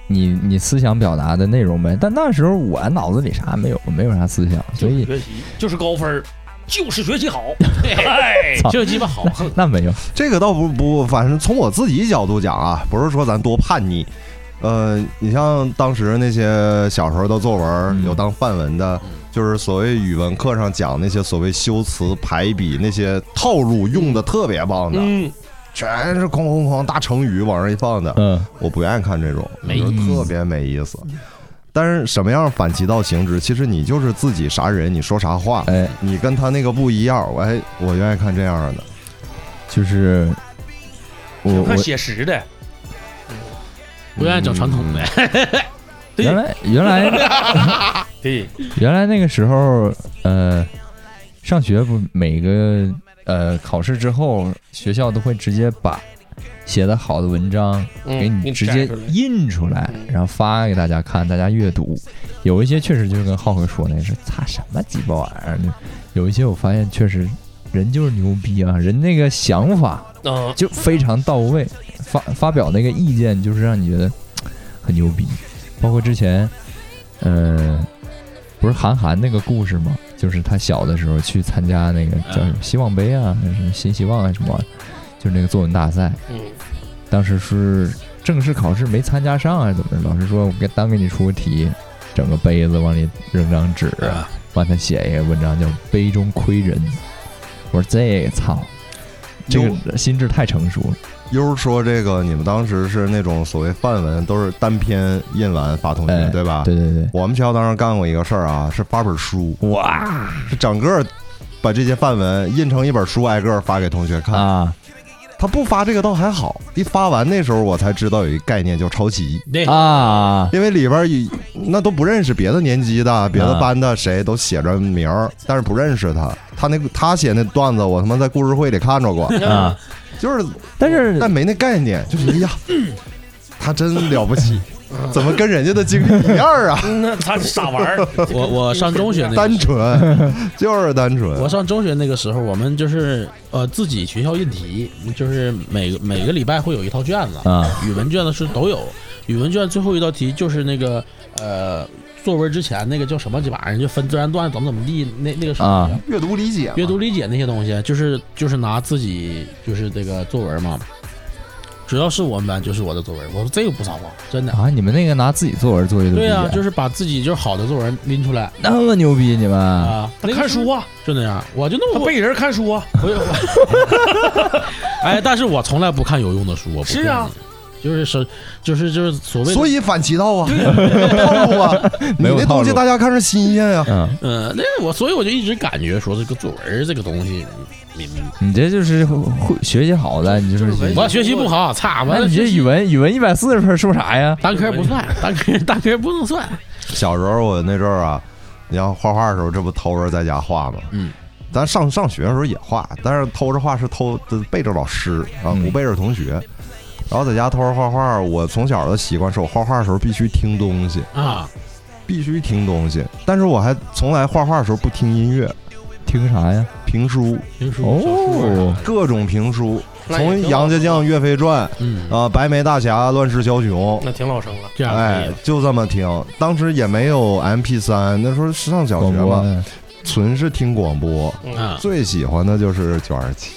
你你思想表达的内容呗。但那时候我脑子里啥没有，没有啥思想，所以学习就是高分，就是学习好，哎， 就鸡巴好横。 那没有这个倒不不，反正从我自己角度讲啊，不是说咱多叛逆。呃，你像当时那些小时候的作文、嗯、有当范文的，就是所谓语文课上讲那些所谓修辞排比那些套路用的特别棒的，嗯，全是哐哐哐大成语往上一放的，嗯，我不愿意看这种， 没特别没意思。但是什么样反其道行之？其实你就是自己啥人，你说啥话，哎，你跟他那个不一样，我哎，我愿意看这样的， 就是我看写实的。 不愿意整传统的， 原来原来对， 原来那个时候，呃，上学不每个呃考试之后，学校都会直接把写的好的文章给你直接印出来，嗯、然后发给大家看，大家阅读。有一些确实就是跟浩哥说那是擦什么鸡巴玩意儿，有一些我发现确实人就是牛逼啊，人那个想法就非常到位。发发表那个意见，就是让你觉得很牛逼。包括之前，呃，不是韩寒那个故事吗？就是他小的时候去参加那个叫什么希望杯啊，什么新希望啊什么，就是那个作文大赛。嗯。当时是正式考试没参加上啊，怎么着？老师说我给单给你出个题，整个杯子往里扔张纸，往他写一个文章叫《杯中窥人》。我说这个操，这个心智太成熟了。 优说这个，你们当时是那种所谓范文都是单篇印完发同学、哎、对吧？ 对对对。 我们学校当时干过一个事儿啊，是发本书，哇，是整个把这些范文印成一本书，挨个发给同学看啊。他不发这个倒还好，一发完那时候我才知道有一个概念叫抄袭啊，因为里边那都不认识别的年级的、别的班的，谁都写着名儿，但是不认识他。他那个他写那段子，我他妈在故事会里看着过啊。就是， 但是但没那概念，就是哎呀，他真了不起，怎么跟人家的经历一样啊？ 那他傻玩儿。 我我上中学那个单纯，就是单纯。 我上中学那个时候，我们就是呃自己学校印题，就是每个每个礼拜会有一套卷子啊，语文卷子是都有。语文卷最后一道题就是那个呃作文之前那个叫什么鸡巴玩意儿，就分自然段怎么怎么地，那那个什么、啊、 阅读理解， 阅读理解那些东西，就是就是拿自己就是这个作文嘛。只要是我们班就是我的作文，我说这个不撒谎，真的啊！你们那个拿自己作文做阅读理解？ 对啊，就是把自己就是好的作文拎出来， 那么牛逼你们啊！ 他看书啊， 就那样，我就那么他背人看书啊， 我有。哎，但是我从来不看有用的书，我不是啊。 就是是就是就是所谓的， 所以反其道啊，套路啊，你那东西大家看着新鲜呀、 啊。嗯嗯，那我所以我就一直感觉说这个作文这个东西，你你这就是会学习好的，你就是我学习不好，差我你这语文语文一百四十分说啥呀？ 单科不算，单科单科不能算。 小时候我那阵儿啊，你要画画的时候，这不偷着在家画吗？嗯。咱上上学的时候也画，但是偷着画是偷背着老师啊，不背着同学。然后在家偷着画画，我从小的习惯是我画画的时候必须听东西啊，必须听东西。但是我还从来画画的时候不听音乐， 听啥呀？ 评书， 评书哦，各种评书，从杨家将、岳飞传，嗯啊，白眉大侠、乱世枭雄， 那挺老生了。 这样哎，就这么听。当时也没有 M P 三，那时候上小学嘛。纯是听广播、嗯，最喜欢的就是九二七。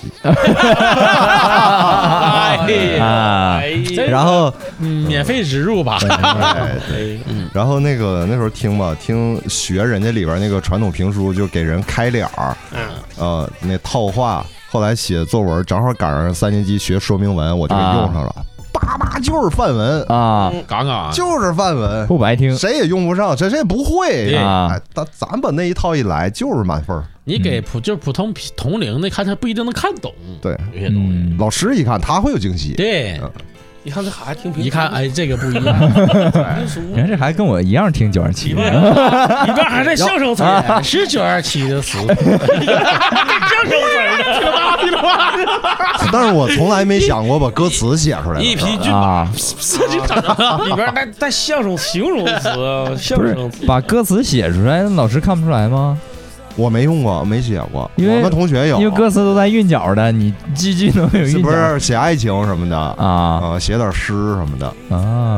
然后、 嗯、免费植入吧。 对对、嗯、然后那个那时候听吧，听学人家里边那个传统评书，就给人开脸儿，嗯，呃，那套话。后来写作文，正好赶上三年级学说明文，我就给用上了。啊叭叭就是范文啊， 杠杠就是范文， 不白听， 谁也用不上，谁谁也不会啊。咱咱把那一套一来，就是满分。 你给普就是普通同龄的看，他不一定能看懂。 对， 有些东西， 嗯、老师一看他会有惊喜。 对， 嗯、一看这孩子听评书， 一看哎，这个不一样。 你看这孩子跟我一样听九二七， 里边还在相声词儿， 是九二七的词。 相声词儿，听了吧，听了吧。 但是我从来没想过把歌词写出来。 一匹骏马，里边带带相声形容词，相声词。 把歌词写出来，老师看不出来吗？ 我没用过，没写过。 因为我们同学有， 因为歌词都带韵脚的，你句句都有韵脚。 是不是写爱情什么的啊？ 啊， 写点诗什么的啊。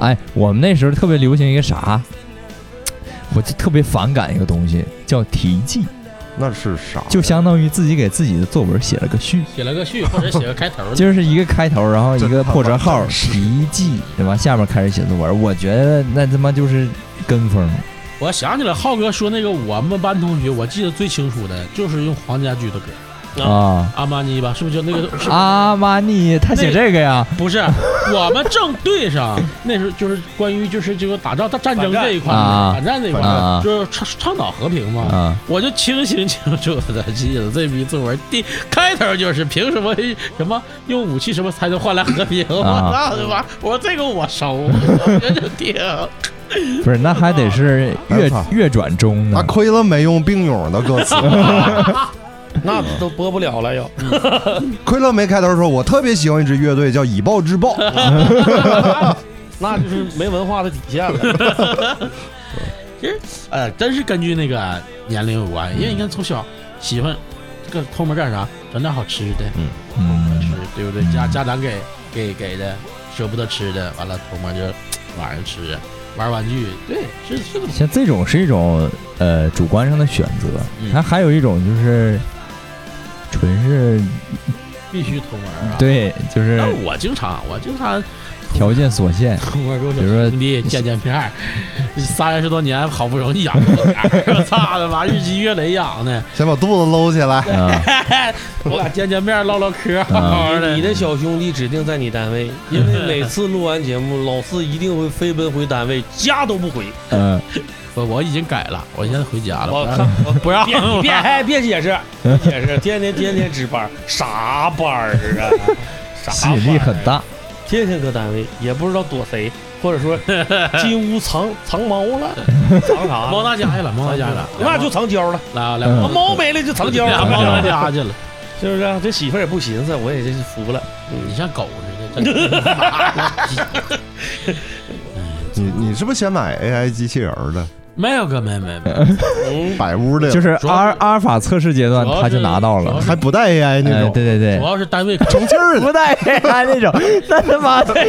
哎，我们那时候特别流行一个啥，我就特别反感一个东西，叫题记。 那是啥？ 就相当于自己给自己的作文写了个序， 写了个序或者写个开头， 就是一个开头，然后一个破折号，题记，对吧？下面开始写作文。我觉得那他妈就是跟风。 我想起来，浩哥说那个我们班同学，我记得最清楚的就是用黄家驹的歌。 啊， 阿玛尼吧，是不是就那个？ 阿玛尼，他写这个呀？ 不是，我们正对上，那时候就是关于就是这个打仗、战争这一块，反战这一块，就是倡倡导和平嘛。 啊， 我就清清楚楚的记得这批作文第开头就是凭什么什么用武器什么才能换来和平？我操对吧？我这个我熟，我就听。 不是，那还得是粤粤转中呢。 那亏了没用并勇的歌词。 那都播不了了，又亏了没开头说，我特别喜欢一支乐队叫以暴制暴， 那就是没文化的底线了。 其实，呃，真是根据那个年龄有关，因为你看从小喜欢这个偷摸干啥，整点好吃的， 嗯嗯，吃对不对？家家长给给给的，舍不得吃的，完了偷摸就晚上吃。玩玩具，对，是是的。 像这种是一种呃主观上的选择，它、嗯、还有一种就是纯是必须偷玩啊。 对，就是。 我经常，我经常条件所限， 比如说兄弟见见面，三十多年好不容易养着点，我操他妈日积月累养的， 先把肚子搂起来， 嗯、我俩见见面唠唠嗑，好好的。 你的小兄弟指定在你单位，因为每次录完节目，老四一定会飞奔回单位，家都不回。 嗯， 我我已经改了，我现在回家了。 我看我不让， 别别还别解释，别解释，天天天天值班，啥班啊？ 吸引力很大。 天天搁单位，也不知道躲谁，或者说进屋藏藏猫了，藏啥？ 猫大家去了，猫大家去了， 那就藏胶了。 来来， 猫没了就藏胶了， 猫大家去了， 是不是？这媳妇也不寻思，我也真是服了。 你像狗似的。 你你是不是先买 A I 机器人的？ 没有哥，没没没， 百屋的， 就是阿尔阿尔法测试阶段他就拿到了， 还不带 A I 那种， 哎、对对对， 主要是单位充气儿的， 不带 A I 那种，那他妈的，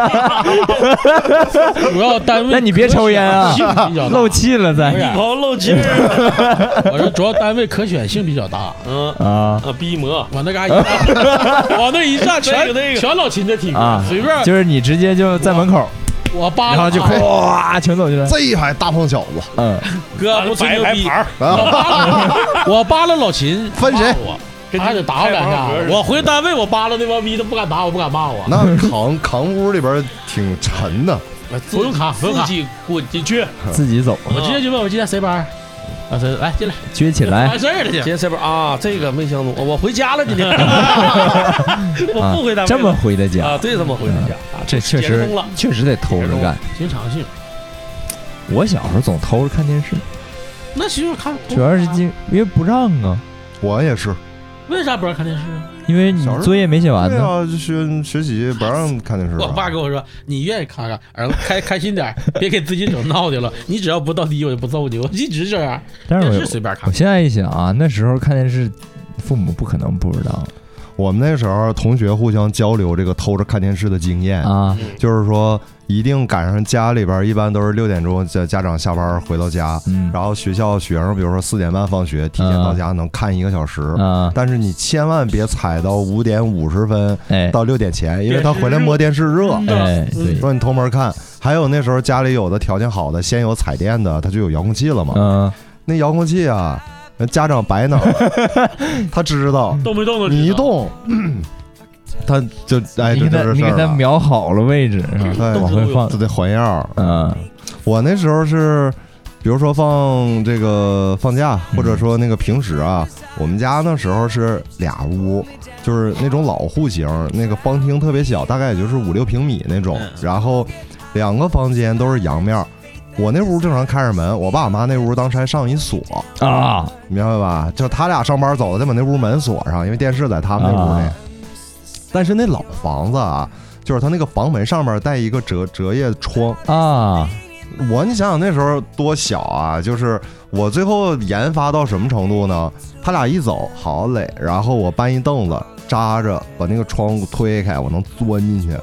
主要单位， 那你别抽烟啊，漏气了再， 一口漏气。 我说主要单位可选性比较大， 嗯啊啊，逼魔， 往那嘎一站，往那一站，全那个全老秦的体格，随便， 就是你直接就在门口。 我扒了， 然后就哗全走去了。 这一排大胖小子， 嗯， 哥不吹牛逼， 我扒了，我扒了老秦， 分谁？ 我还得打我两下。我回单位，我扒了那帮逼都不敢打我，不敢骂我。 那扛扛屋里边挺沉的， 不用扛，不用扛， 自己滚进去， 自己走。 我直接就问我今天谁班。啊，谁来进来？ 撅起来， 完事儿了去。 今天谁班啊？这个没相中，我回家了今天。我不回单位， 这么回的家啊？对，这么回的家。 这确实确实得偷着干， 经常性。 我小时候总偷着看电视， 那其实看主要是因因为不让啊。 我也是。 为啥不让看电视啊？ 因为你作业没写完呢。 对啊，就学学习不让看电视。 我爸跟我说：“你愿意看看，儿子开开心点，别给自己整闹的了。你只要不到第一，我就不揍你。”我一直这样。 但是我随便看。 我现在一想啊，那时候看电视，父母不可能不知道。 我们那时候同学互相交流这个偷着看电视的经验啊， 就是说一定赶上家里边一般都是六点钟家家长下班回到家，嗯，然后学校学生比如说四点半放学，提前到家能看一个小时，嗯，但是你千万别踩到五点五十分到六点前，因为他回来摸电视热， 哎，对， 说你偷摸看。还有那时候家里有的条件好的，先有彩电的，他就有遥控器了嘛，嗯，那遥控器啊。家长白脑，他知道动没动都你一动，他就哎， 你给他你给他瞄好了位置， 对， 往回放， 就得还样。 嗯， 我那时候是，比如说放这个放假，或者说那个平时啊，我们家那时候是俩屋，就是那种老户型，那个房厅特别小，大概也就是五六平米那种，然后两个房间都是阳面。我那屋正常开着门，我爸我妈那屋当时还上一锁啊， 明白吧？就他俩上班走了，得把那屋门锁上，因为电视在他们那屋内。啊、但是那老房子啊，就是他那个房门上面带一个折折页窗啊。 我你想想那时候多小啊，就是我最后研发到什么程度呢？他俩一走好嘞，然后我搬一凳子扎着，把那个窗户推开，我能钻进去。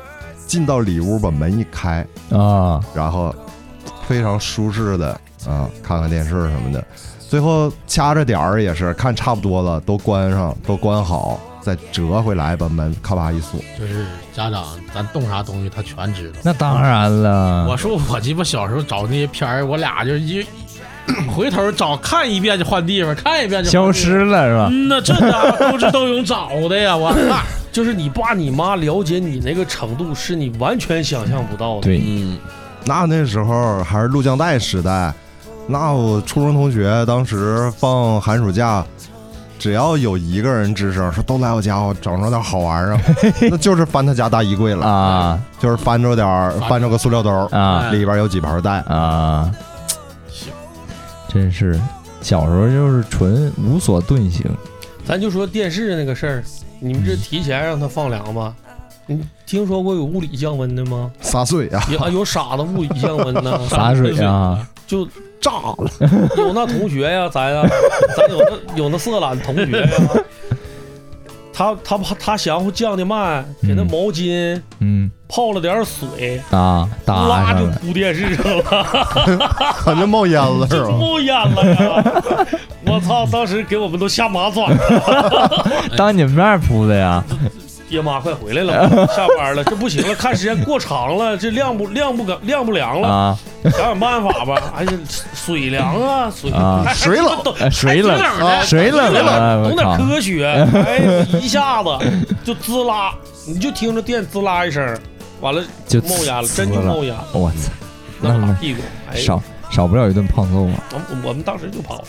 进到里屋，把门一开啊， 然后非常舒适的啊看看电视什么的。最后掐着点儿也是看差不多了，都关上，都关好，再折回来，把门咔吧一锁。 就是家长咱动啥东西他全知道。 那当然了。 我说我鸡巴小时候找那些片儿，我俩就一回头找看一遍就换地方，看一遍就消失了是吧？ 嗯呐，这家伙都是都用找的呀！我那就是你爸你妈了解你那个程度，是你完全想象不到的。 对， 嗯， 那那时候还是录像带时代，那我初中同学当时放寒暑假，只要有一个人吱声说都来我家，我整着点好玩啊，那就是翻他家大衣柜了啊， 就是翻着点翻着个塑料兜啊， 里边有几盘蛋啊，真是小时候就是纯无所遁形。 咱就说电视那个事儿，你们这提前让它放凉吧？你听说过有物理降温的吗？ 洒水啊， 有有傻子物理降温呢？ 洒水啊， 就炸了。有那同学呀，咱呀，咱有那有那色懒同学呀，他他他想乎降的慢，给那毛巾嗯泡了点水啊，打拉就铺电视上了， 反正冒烟了是吧？ 冒烟了呀！我操，当时给我们都吓麻爪了。 当你们面铺的呀？ 爹妈快回来了，下班了，这不行了，看时间过长了，这晾不晾不晾不凉了， 啊、 想想办法吧。哎呀，水凉啊，水啊， 水冷， 水冷啊，水冷了， 懂点科学。哎，一下子就滋啦，你就听着电滋啦一声，完了就冒烟了，真就冒烟。 我操， 那打屁股，哎， 少少不了一顿胖揍啊！ 我我们当时就跑。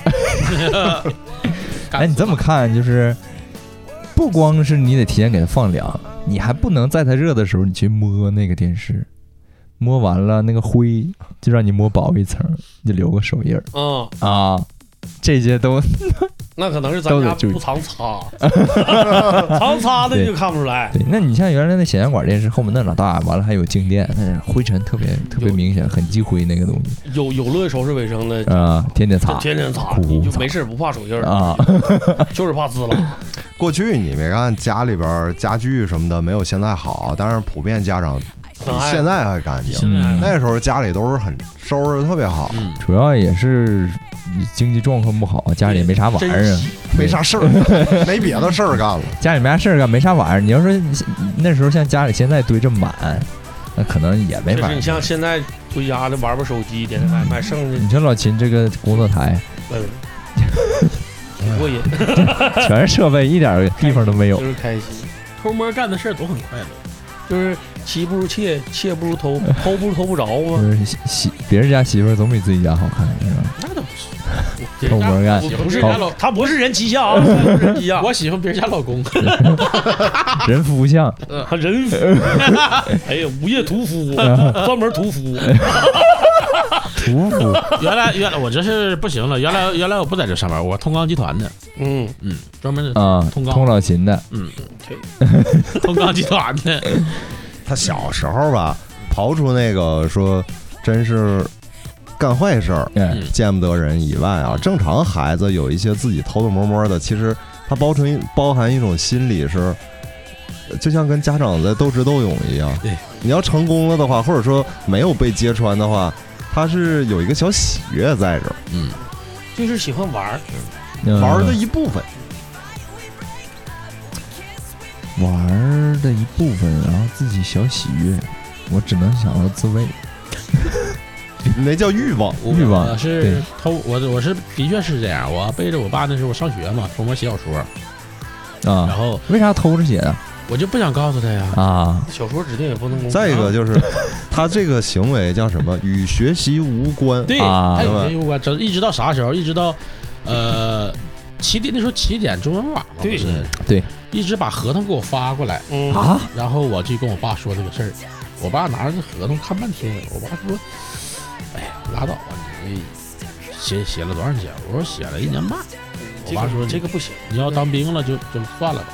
哎，你这么看就是。不光是你得提前给它放凉，你还不能在它热的时候你去摸那个电视，摸完了那个灰就让你摸薄一层，就留个手印儿。 嗯啊，这些都那可能是咱家不常擦，常擦的你就看不出来。 对，那你像原来那显像管电视后门那老大，完了还有静电，那是灰尘特别特别明显，很积灰那个东西。 有有乐收拾卫生的啊，天天擦， 天天擦，你就没事不怕手印啊， 就是怕滋了。 过去你没看家里边家具什么的没有现在好，但是普遍家长比现在还干净。 嗯、 那时候家里都是很收拾的特别好， 嗯、主要也是经济状况不好，家里没啥玩意儿， 没啥事儿，没别的事儿干了。 家里没啥事儿干，没啥玩意儿。你要说那时候像家里现在堆这么满，那可能也没法。 就是你像现在回家的玩玩手机，点点外卖，剩下你说老秦这个工作台， 嗯。挺过瘾， 全是设备，一点地方都没有， 就是开心。 偷摸干的事儿都很快乐， 就是妻不如妾，妾不如偷，偷不如偷不着吗？ 就是媳别人家媳妇总比自己家好看，是吧？ 那倒不是， 偷摸干， 不是老，他不是人妻相啊，不是人妻相。 我喜欢别人家老公， 人夫相， 人夫，哎呀，午夜屠夫，专门屠夫。 屠夫， 原来原来我这是不行了，原来原来我不在这上班，我通钢集团的， 嗯嗯，专门啊通钢通老秦的， 嗯，对，通钢集团的。 他小时候吧，刨出那个说真是干坏事儿、 嗯、 见不得人以外啊，正常孩子有一些自己偷偷摸摸的，其实他包成包含一种心理是。就像跟家长在斗智斗勇一样， 对， 你要成功了的话，或者说没有被揭穿的话，他是有一个小喜悦在这儿， 嗯， 就是喜欢玩， 嗯、 玩的一部分， 玩的一部分，然后自己小喜悦，我只能想到自慰， 那叫欲望， 欲望我是偷，我我是的确是这样，我背着我爸那时候我上学嘛，偷摸写小说， 啊， 然后为啥偷着写啊？ 我就不想告诉他呀！ 啊， 小说指定也不能公开。 再一个就是，他这个行为叫什么？与学习无关。 对， 啊、 他与学习无关。整一直到啥时候？一直到呃起点那时候起点中文网嘛， 对对， 一直把合同给我发过来。 嗯啊， 然后我就跟我爸说这个事儿，我爸拿着这合同看半天，我爸说：“哎，拉倒吧，你写写了多长时间？”我说：“写了一年半。”我爸说：“ 这个不行， 你要当兵了就就算了吧。”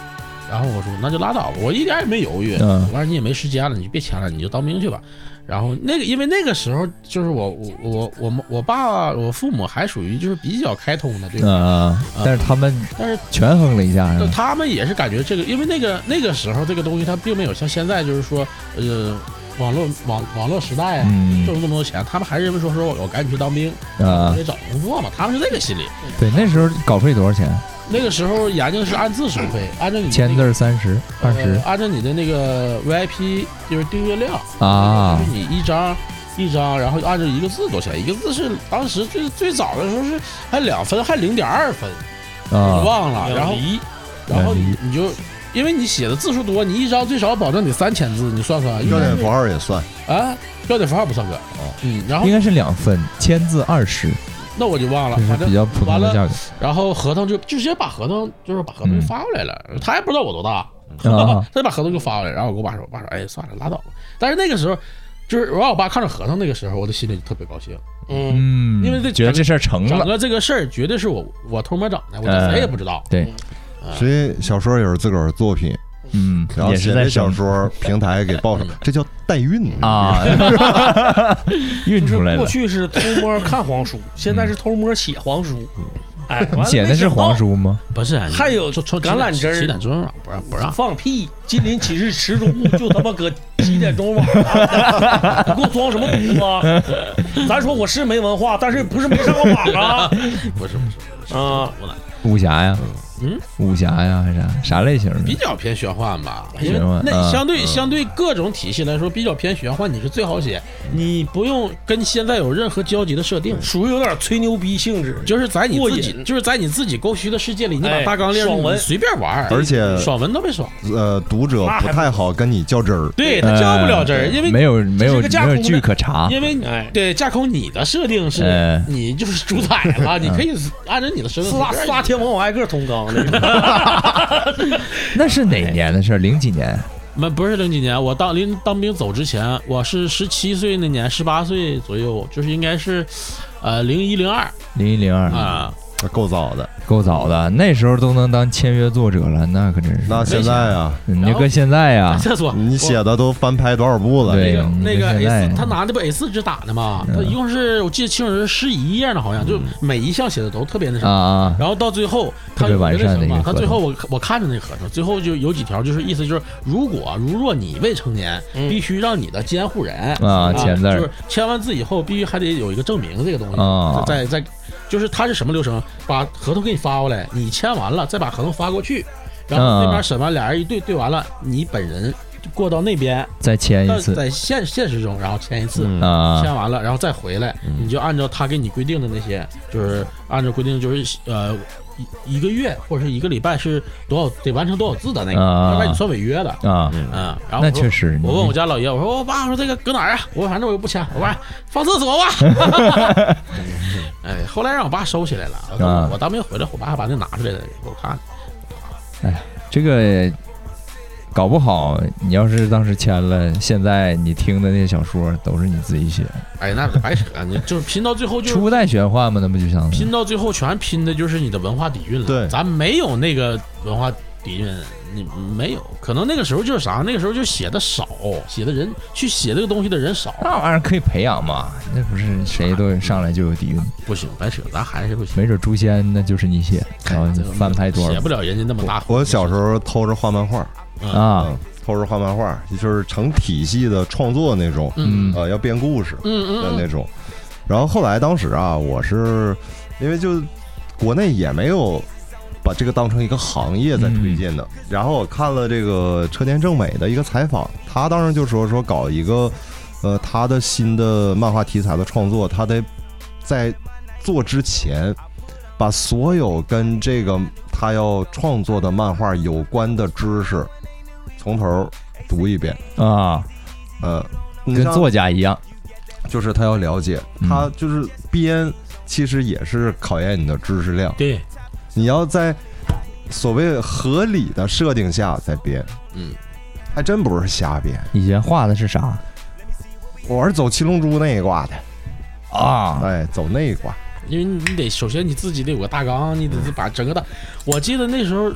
然后我说那就拉倒吧，我一点也没犹豫。 嗯我说你也没时间了，你就别签了，你就当兵去吧。然后那个因为那个时候就是我我我我们我爸我父母还属于就是比较开通的，对吧？ 啊，但是他们但是权衡了一下，是吧？ 他们也是感觉这个，因为那个那个时候这个东西它并没有像现在就是说呃网络网网络时代啊， 嗯挣这么多钱，他们还认为说说我赶紧去当兵啊得找工作嘛，他们是这个心理。 对，那时候稿费多少钱？ 那个时候研究是按字收费，按照你的签字三十、二十呃，按照你的那个 V I P 就是订阅量啊就是你一张一张，然后按照一个字多少钱，一个字是当时最最早的时候是还两分，还零点二分，我啊， 忘了。然后离然后两厘你就因为你写的字数多，你一张最少保证你三千字，你算算标点符号也算， 啊，标点符号不算哥，嗯，然后应该是两分，签字二十， 那我就忘了， 这是反正比较普通完了的价格然后合同就就直接把合同就是把合同就发过来了，他也不知道我多大， 啊。 他就把合同就发过来，然后我跟我爸说，我爸说，哎，算了，拉倒吧。但是那个时候，就是我让我爸看着合同那个时候，我的心里就特别高兴， 嗯， 嗯， 因为这觉得这事儿成了， 整个这个事儿绝对是我我偷摸整的，我呃谁也不知道。 对， 所以小说也是自个儿作品， 嗯， 然后也是在写这小生说平台给报上，这叫代孕啊，运就是出来了过。去是偷摸看黄书，现在是偷摸写黄书。哎，完了写的是黄，书吗？ 不是， 还有从从橄榄枝儿七点钟啊，不让不让。 放屁！金陵启示池中物，就他妈搁几点钟晚上，你给我装什么犊啊？咱说我是没文化，但是不是没上过网啊？ 不是不是不是啊， 我呢武侠呀， 嗯， 武侠呀，还是啥啥类型比的？ 较偏玄幻吧，因为玄幻啊那相对相对各种体系来说，比较偏玄幻，你是最好写，你不用跟现在有任何交集的设定， 属于有点吹牛逼性质。 就是在你过自己瘾就是在你自己构虚的世界里，你把哎大纲列爽文你随便玩， 而且爽文都没爽， 呃，读者不太好跟你较真儿。 对他较不了真儿，因为没有没有这是个架空的没有剧可查。 因为哎对架空你的设定是哎你就是主宰了，你可以按照你的设定四大四大天王我挨个通纲那个， 那是哪年的事儿？零几年？ 没不是零几年，我当临当兵走之前，我是十七岁那年，十八岁左右，就是应该是，呃，零一零二零一零二啊。 够早的。 够早的，那时候都能当签约作者了，那可真是。 那现在啊， 你就搁现在呀， 这说你写的都翻拍多少部了？ 对那个那个你 A 现在四，他拿的不 A 四纸打的嘛？他一共是我记得清楚是十一页呢，好像就每一项写的都特别那什么。 啊啊， 然后到最后，他特别完善的一个合同他最后我我看着那个合同，最后就有几条，就是意思就是，如果如若你未成年， 嗯必须让你的监护人啊签字儿就是签完字以后，必须还得有一个证明这个东西啊在在，就是他是什么流程？把合同给你发过来，你签完了再把合同发过去，然后那边审完，俩人一对对完了，你本人就过到那边， 再签一次在现现实中，然后签一次。 嗯啊签完了，然后再回来，你就按照他给你规定的那些，就是按照规定，就是呃一一个月或者是一个礼拜是多少得完成多少字的那个， 啊要不然你算违约的。 啊， 嗯，然后那我说确实。 我问我家老爷，我说我爸，我说这个搁哪儿啊？我说反正我又不签，我爸放厕所吧。哎，后来让我爸收起来了。 啊我当兵回来，我爸还把那拿出来了给我看。 这个搞不好，你要是当时签了，现在你听的那些小说都是你自己写的， 哎，那白扯，你就是拼到最后就是初代玄幻嘛，那不就相当于拼到最后全拼的就是你的文化底蕴了。 对咱没有那个文化底蕴，你没有，可能那个时候就是啥，那个时候就写的少，写的人去写这个东西的人少， 那玩意儿可以培养嘛？那不是谁都上来就有底蕴， 不行，白扯，咱还是不行， 没准诛仙那就是你写，然后这个翻拍多少写不了人家那么大。 我小时候偷着画漫画啊？ 嗯，偷着画漫画，就是成体系的创作那种， 嗯呃，要编故事嗯嗯的那种。然后后来当时啊，我是因为就国内也没有把这个当成一个行业在推荐的。 嗯、 然后我看了这个车田正美的一个采访，他当时就说说搞一个呃他的新的漫画题材的创作，他得在做之前把所有跟这个他要创作的漫画有关的知识从头读一遍啊， 呃， 跟作家一样， 就是他要了解，他就是编，其实也是考验你的知识量。 对， 你要在所谓合理的设定下再编， 嗯， 还真不是瞎编。 以前画的是啥？ 我是走七龙珠那一挂的啊， 哎，走那一挂。 因为你得首先你自己得有个大纲，你得把整个大。我记得那时候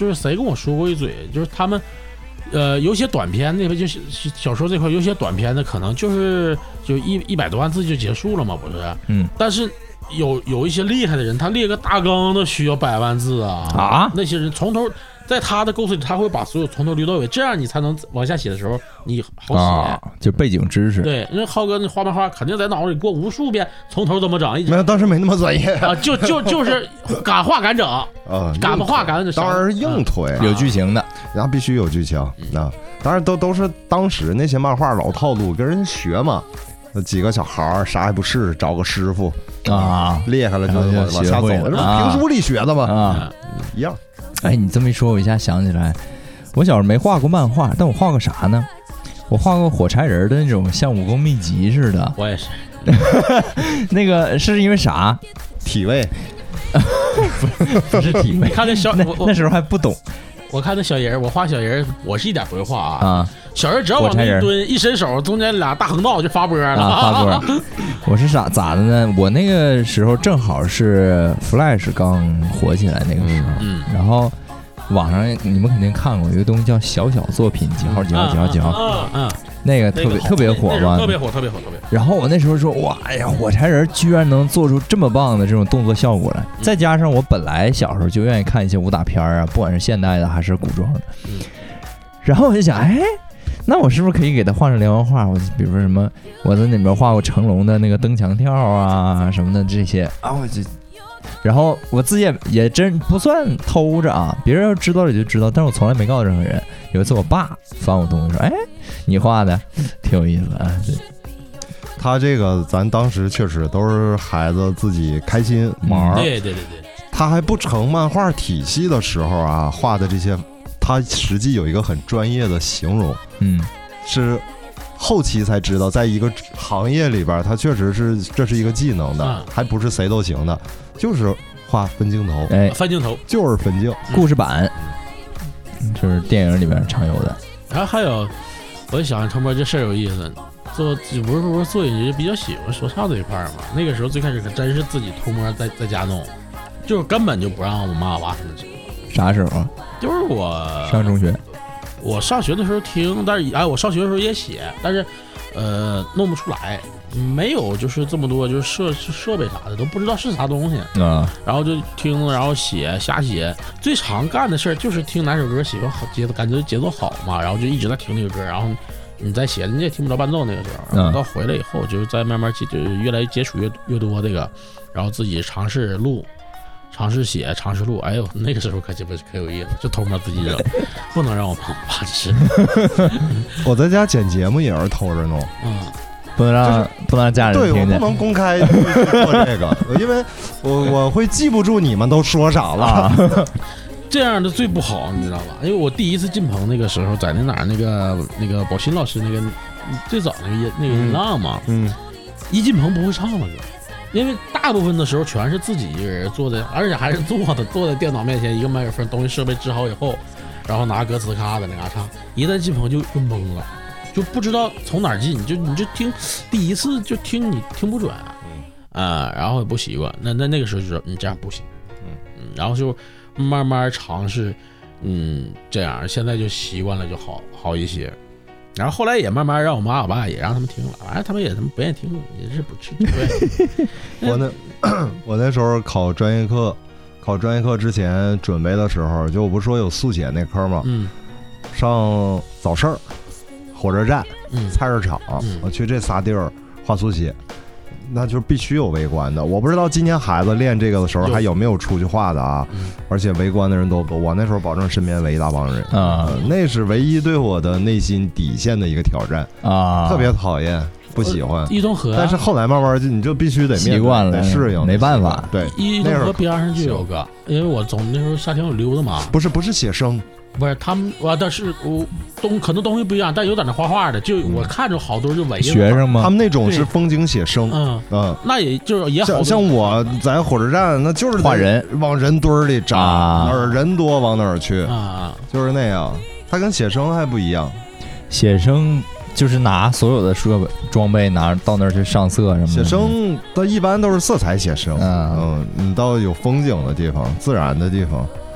就是谁跟我说过一嘴，就是他们。呃，有些短篇那个就是小说这块，有些短篇的可能就是就一一百多万字就结束了嘛，不是？ 嗯。 但是有有一些厉害的人，他列个大纲都需要百万字啊啊！ 那些人从头在他的构思里，他会把所有从头捋到尾，这样你才能往下写的时候你好写。 啊、就背景知识。 对，因为浩哥那画漫画肯定在脑子里过无数遍，从头怎么整，一直没有，当时没那么专业啊，就就就是敢画敢整啊，敢不画敢整， 当然是硬推、啊， 有剧情的， 然后必须有剧情。那、嗯、当然都都是当时那些漫画老套路，跟人学嘛。那几个小孩儿啥也不是，找个师傅啊， 厉害了就往下走，这不评书里学的吗？ 啊， 一样。 哎，你这么一说，我一下想起来，我小时候没画过漫画，但我画过啥呢？我画过火柴人的那种像武功秘籍似的。 我也是。 那个是因为啥？ 体位？ 不, 不是体位。 你看那小那那时候还不懂。 我看那小人，我画小人，我是一点不会画啊。 啊， 小人只要往那一蹲，一伸手，中间俩大横道就发波了。 啊，发波。我是咋咋的呢？我那个时候正好是 Flash 刚火起来那个时候， 嗯， 然后网上你们肯定看过有一个东西叫小小作品，几号几号几号几号， 嗯嗯， 那个特别、那个、特别火嘛， 特别火特别火特别火。 然后我那时候说，哇哎呀，火柴人居然能做出这么棒的这种动作效果来，再加上我本来小时候就愿意看一些武打片啊，不管是现代的还是古装的， 嗯， 然后我就想，哎。那我是不是可以给他画成连环画？我比如说什么，我在那边画过成龙的那个蹬墙跳啊什么的这些啊，我就，然后我自己也也真不算偷着啊，别人要知道了就知道，但是我从来没告诉任何人。有一次我爸翻我东西说：“哎，你画的挺有意思啊。”对， 他这个咱当时确实都是孩子自己开心玩， 对对对对。 他还不成漫画体系的时候啊，画的这些。他实际有一个很专业的形容， 嗯， 是后期才知道，在一个行业里边，他确实是这是一个技能的， 啊、 还不是谁都行的，就是画分镜头， 哎， 分镜头就是分镜， 故事版，就是电影里边常有的。 然后还有，我想成波这事儿有意思，做不是不是做也比较喜欢说唱这一块嘛。那个时候最开始可真是自己偷摸在在家弄，就是根本就不让我妈我爸他们知道。 啥时候啊？ 就是我上中学， 我上学的时候听，但是哎，我上学的时候也写，但是呃弄不出来，没有就是这么多就是设设备啥的都不知道是啥东西啊， 然后就听，然后写瞎写，最常干的事儿就是听哪首歌喜欢好节奏，感觉节奏好嘛，然后就一直在听那个歌，然后你再写，你也听不着伴奏那个时候，然后到回来以后就是在慢慢接，就是越来接触越越多这个，然后自己尝试录。尝试写，尝试录，哎呦，那个时候可鸡巴可有意思，就偷摸自己扔，不能让我爸爸吃。 我在家剪节目也是偷着弄， 嗯， 不能让、就是、不能让家人听见， 对，我不能公开做这个，因为我我会记不住你们都说啥了。啊、 这样的最不好，你知道吧？因为我第一次进棚那个时候，在那哪儿那个那个宝新老师那个最早那个那个音浪嘛， 嗯， 一进棚不会唱了就。因为大部分的时候全是自己一个人做的，而且还是坐的，坐在电脑面前，一个麦克风，东西设备支好以后，然后拿歌词卡在那嘎唱。一旦进棚就就懵了，就不知道从哪儿进，就你就听第一次就听你听不准，啊、呃，然后也不习惯。那那那个时候就说你这样不行，嗯，然后就慢慢尝试，嗯，这样现在就习惯了就好好一些。然后后来也慢慢让我妈我爸也让他们听了，反正他们也他们不愿意听，也是不吃。 我那我那时候考专业课，考专业课之前准备的时候，就我不是说有速写那科吗？ 嗯， 上早市、火车站、 嗯、 菜市场， 嗯、 我去这仨地儿画速写。那就是必须有围观的，我不知道今天孩子练这个的时候还有没有出去画的啊？ 嗯、 而且围观的人都多，我那时候保证身边围一大帮人啊、 呃，那是唯一对我的内心底线的一个挑战啊， 特别讨厌，不喜欢。 一东河， 但是后来慢慢就你就必须得习惯了， 适应， 没办法。 对， 一东河边上就有个，因为我总那时候夏天我溜达嘛， 不是不是写生。 不是他们，我但是我东可能东西不一样，但有在那画画的，就我看着好多就围学生吗？ 他们那种是风景写生， 嗯嗯， 那也就是也好像像我在火车站，那就是画人往人堆里扎， 啊、 哪儿人多往哪儿去啊， 就是那样。他跟写生还不一样， 写生就是拿所有的设备装备拿到那儿去上色什么的。 写生它一般都是色彩写生， 嗯嗯，你到有风景的地方、自然的地方。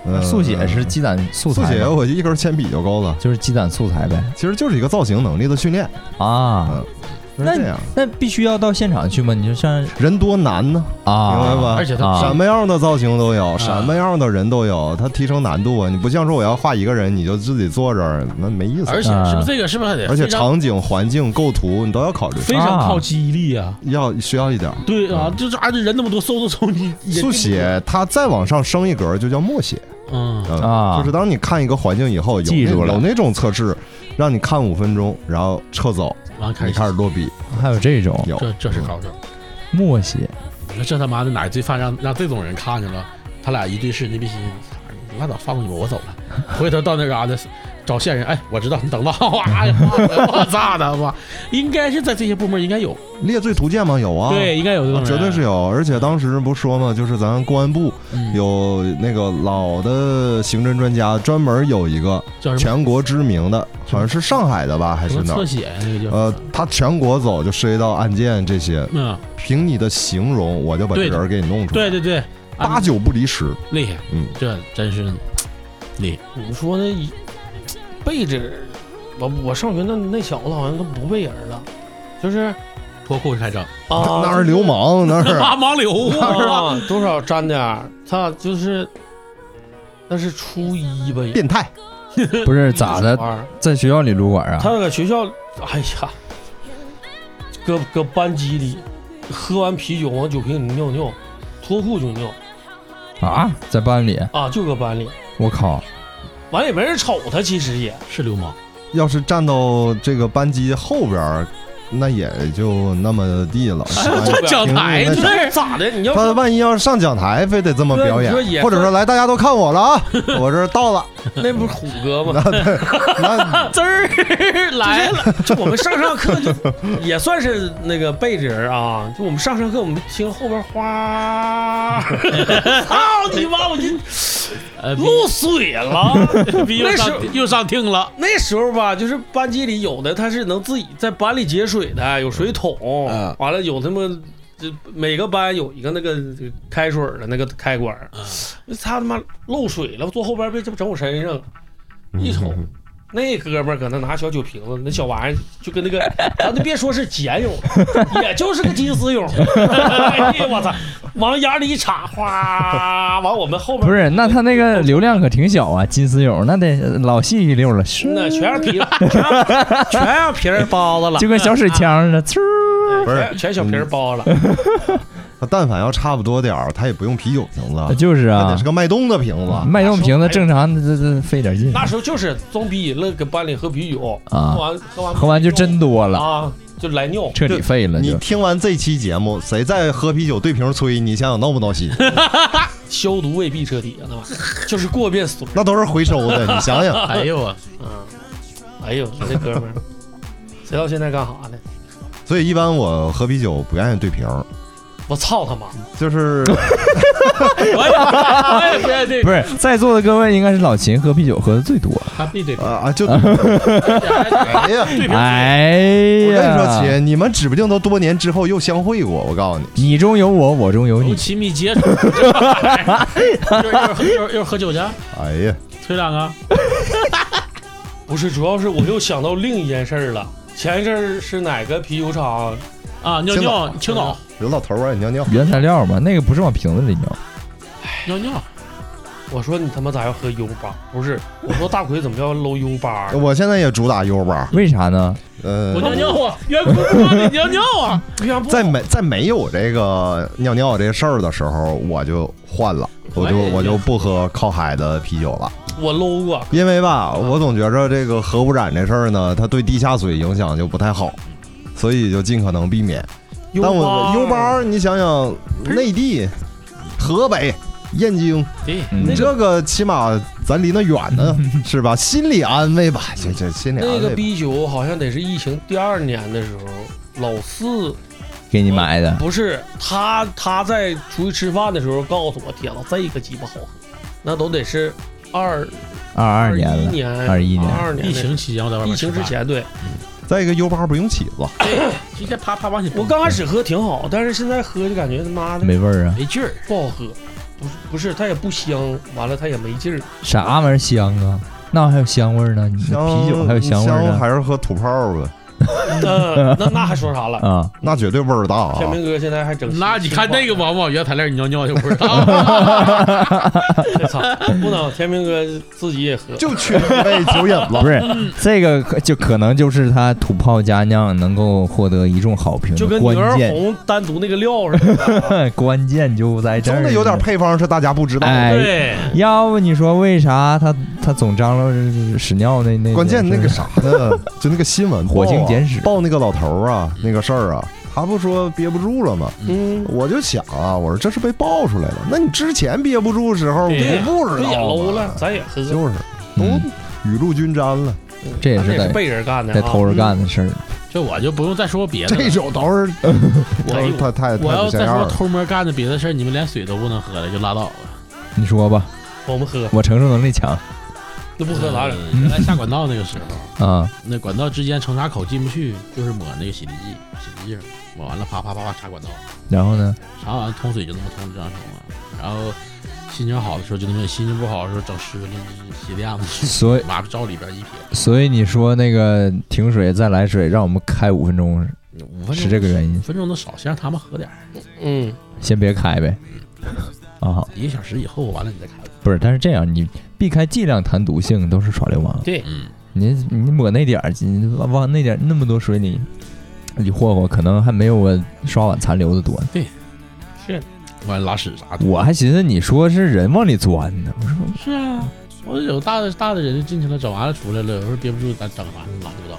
嗯， 速写是积攒素材吗， 速写我一根铅笔就够了， 就是积攒素材呗。 其实就是一个造型能力的训练啊。 嗯，那这样， 那必须要到现场去吗？你就像人多难呢啊， 明白吧？ 而且他什么样的造型都有， 啊什么样的人都有，它提升难度啊！你不像说我要画一个人，你就自己坐这儿，那没意思。 而且是不是这个是不是还得？ 而且场景、环境、构图你都要考虑， 非常靠记忆力啊， 要需要一点。 对啊，就是而且人那么多，嗖嗖嗖，你速写它再往上升一格就叫默写。 嗯啊， 就是当你看一个环境以后，有记住了有那种测试，让你看五分钟，然后撤走， 完开始开始落笔， 还有这种， 有这这是高手， 默写。 那这他妈的哪罪犯让让这种人看见了，他俩一对视，那必须拉倒，放过你吧，我走了。回头到那嘎达找线人，哎，我知道，你等着，哇，我操的吧！应该是在这些部门应该有列罪图鉴吗？有啊， 对，应该有这种人， 绝对是有。而且当时不说嘛，就是咱公安部有那个老的刑侦专家，专门有一个全国知名的，好像是上海的吧，还是哪？ 侧写那个叫呃，他全国走就涉及到案件这些， 嗯， 凭你的形容，我就把这人给你弄出来。 对对对， 八九不离十， 厉害， 嗯， 这真是厉害。 你说那背纸，我我上学那那小子好像都不背人了，就是脱裤子开整啊， 那是流氓，那是八盲流啊，多少沾点儿，他就是那是初一吧， 变态， 不是咋的，在学校里撸管啊？ 他搁学校，哎呀，搁搁班级里喝完啤酒往酒瓶里尿尿，脱裤就尿啊，在班里啊，就搁班里， 我靠！ 完也没人瞅他，其实也是流氓。 要是站到这个班级后边，那也就那么地了。 这讲台那咋的？你要他万一要是上讲台，非得这么表演，或者说来大家都看我了啊，我这到了， 那不是虎哥吗？ 那滋儿来了，就我们上上课就也算是那个背着人啊，就我们上上课，我们听后边哗，操你妈！我就漏水了， 又上又上听了。 那时候吧，就是班级里有的他是能自己在班里接水的，有水桶， 嗯、 完了有他妈每个班有一个那个开水的那个开管，嗯、他他妈漏水了，坐后边被这不整我身上，一瞅。那哥们儿搁那拿小酒瓶子，那小玩意儿就跟那个，咱就别说是茧蛹，也就是个金丝蛹。哎呀，我操！往眼里一插，哗，往我们后边。 不是，那他那个流量可挺小啊，金丝蛹那得老细一溜了， 那全是皮，全全让皮儿包子了， 就跟小水枪似的，呲儿，不是全小皮儿包了。 他但凡要差不多点儿，他也不用啤酒瓶子， 就是啊， 得是个脉动的瓶子。 脉动瓶子正常，这这费点劲。 那时候就是装逼了，搁班里喝啤酒啊， 喝完喝完喝完就真多了啊，就来尿， 彻底废了。 你听完这期节目，谁再喝啤酒对瓶吹，你想想闹不闹心？ 消毒未必彻底啊，那玩意儿就是过遍水， 那都是回收的，你想想。 哎呦我， 嗯，哎呦，你这哥们儿，谁到现在干啥呢？ 所以一般我喝啤酒不愿意对瓶。 我操他妈！ 就是不是在座的各位，应该是老秦喝啤酒喝的最多。 他必对啊啊！就哎呀， 哎呀！ 我跟你说，秦，你们指不定都多年之后又相会过。我告诉你， 你中有我，我中有你， 亲密接触。又又又喝酒去？ 哎呀， 吹两个。 不是，主要是我又想到另一件事了。前一阵是哪个啤酒厂？ 啊，尿尿，青岛有老头啊，你尿尿， 原材料嘛，那个不是往瓶子里尿， 尿尿。 我说你他妈咋要喝 U 八？不是，我说大奎怎么要搂 U 八？ 我现在也主打 U 八， 为啥呢？ 呃， 我尿尿啊，原不让你尿尿啊。 在没在没有这个尿尿这事儿的时候，我就换了，我就我就不喝靠海的啤酒了。 我搂过， 因为吧，我总觉着这个核污染这事儿呢，它对地下水影响就不太好。所以就尽可能避免。但我 U 八，你想想，内地、河北、燕京，你这个起码咱离那远呢，是吧？心理安慰吧，这这心理安慰。 那个啤酒好像得是疫情第二年的时候，老四给你买的， 不是他他在出去吃饭的时候告诉我，天呐，这个鸡巴好喝，那都得是二二二年了， 年二一年， 二年疫情期间我在外面疫情之前对。 再一个 U 八不用起子， 对，直接啪啪往起。 我刚开始喝挺好，但是现在喝就感觉他妈的没味儿啊， 没劲儿， 不好喝。 不是不是，它也不香，完了它也没劲儿。 啥玩意儿香啊？那还有香味儿呢？你啤酒还有香味儿呢？ 还是喝土炮呗？ 那那那还说啥了啊？ 那绝对味儿大啊！ 天明哥现在还整， 那你看那个往往原材料尿尿就不知道。 操，不能，天明哥自己也喝， 就缺一杯酒瘾了。 不是这个，就可能就是他土炮佳酿能够获得一众好评， 就跟女儿红单独那个料似的。 关键就在这儿， 真的有点配方是大家不知道的。 哎， 对， 要不你说为啥他他总张罗屎尿那那？ 关键那个啥呢？就那个新闻火星简史报那个老头啊，那个事儿啊，他不说憋不住了吗？ 嗯， 我就想啊，我说这是被爆出来了。那你之前憋不住的时候，我不知道也 low 了，咱也喝， 就是都雨露均沾了。 这也是在被人干的， 在偷着干的事儿。 这我就不用再说别的， 这种都是我太太我要再说偷摸干的别的事儿，你们连水都不能喝了，就拉倒了。 你说吧， 我们喝， 我承受能力强。 那不喝咋整？ 原来下管道那个时候啊， 那管道之间乘啥口进不去，就是抹那个洗涤剂，洗涤剂上抹完了，啪啪啪啪插管道。 然后呢？ 插完通水就那么通，这样通了。然后心情好的时候就那么，心情不好的时候整湿了，洗垫子， 所以马照里边一撇。 所以你说那个停水再来水，让我们开五分钟， 五分钟是这个原因？ 五分钟都少，先让他们喝点。 嗯， 先别开呗。啊， 一个小时以后完了你再开。 不是，但是这样你避开剂量谈毒性都是耍流氓。 对， 嗯， 你你抹那点儿，你往那点那么多水里你霍霍，可能还没有我刷碗残留的多。 对， 是， 完了拉屎啥的。 我还寻思你说是人往里钻呢，我说是啊，我有大的大的人就进去了，整完了出来了，有时候憋不住咱整完拉不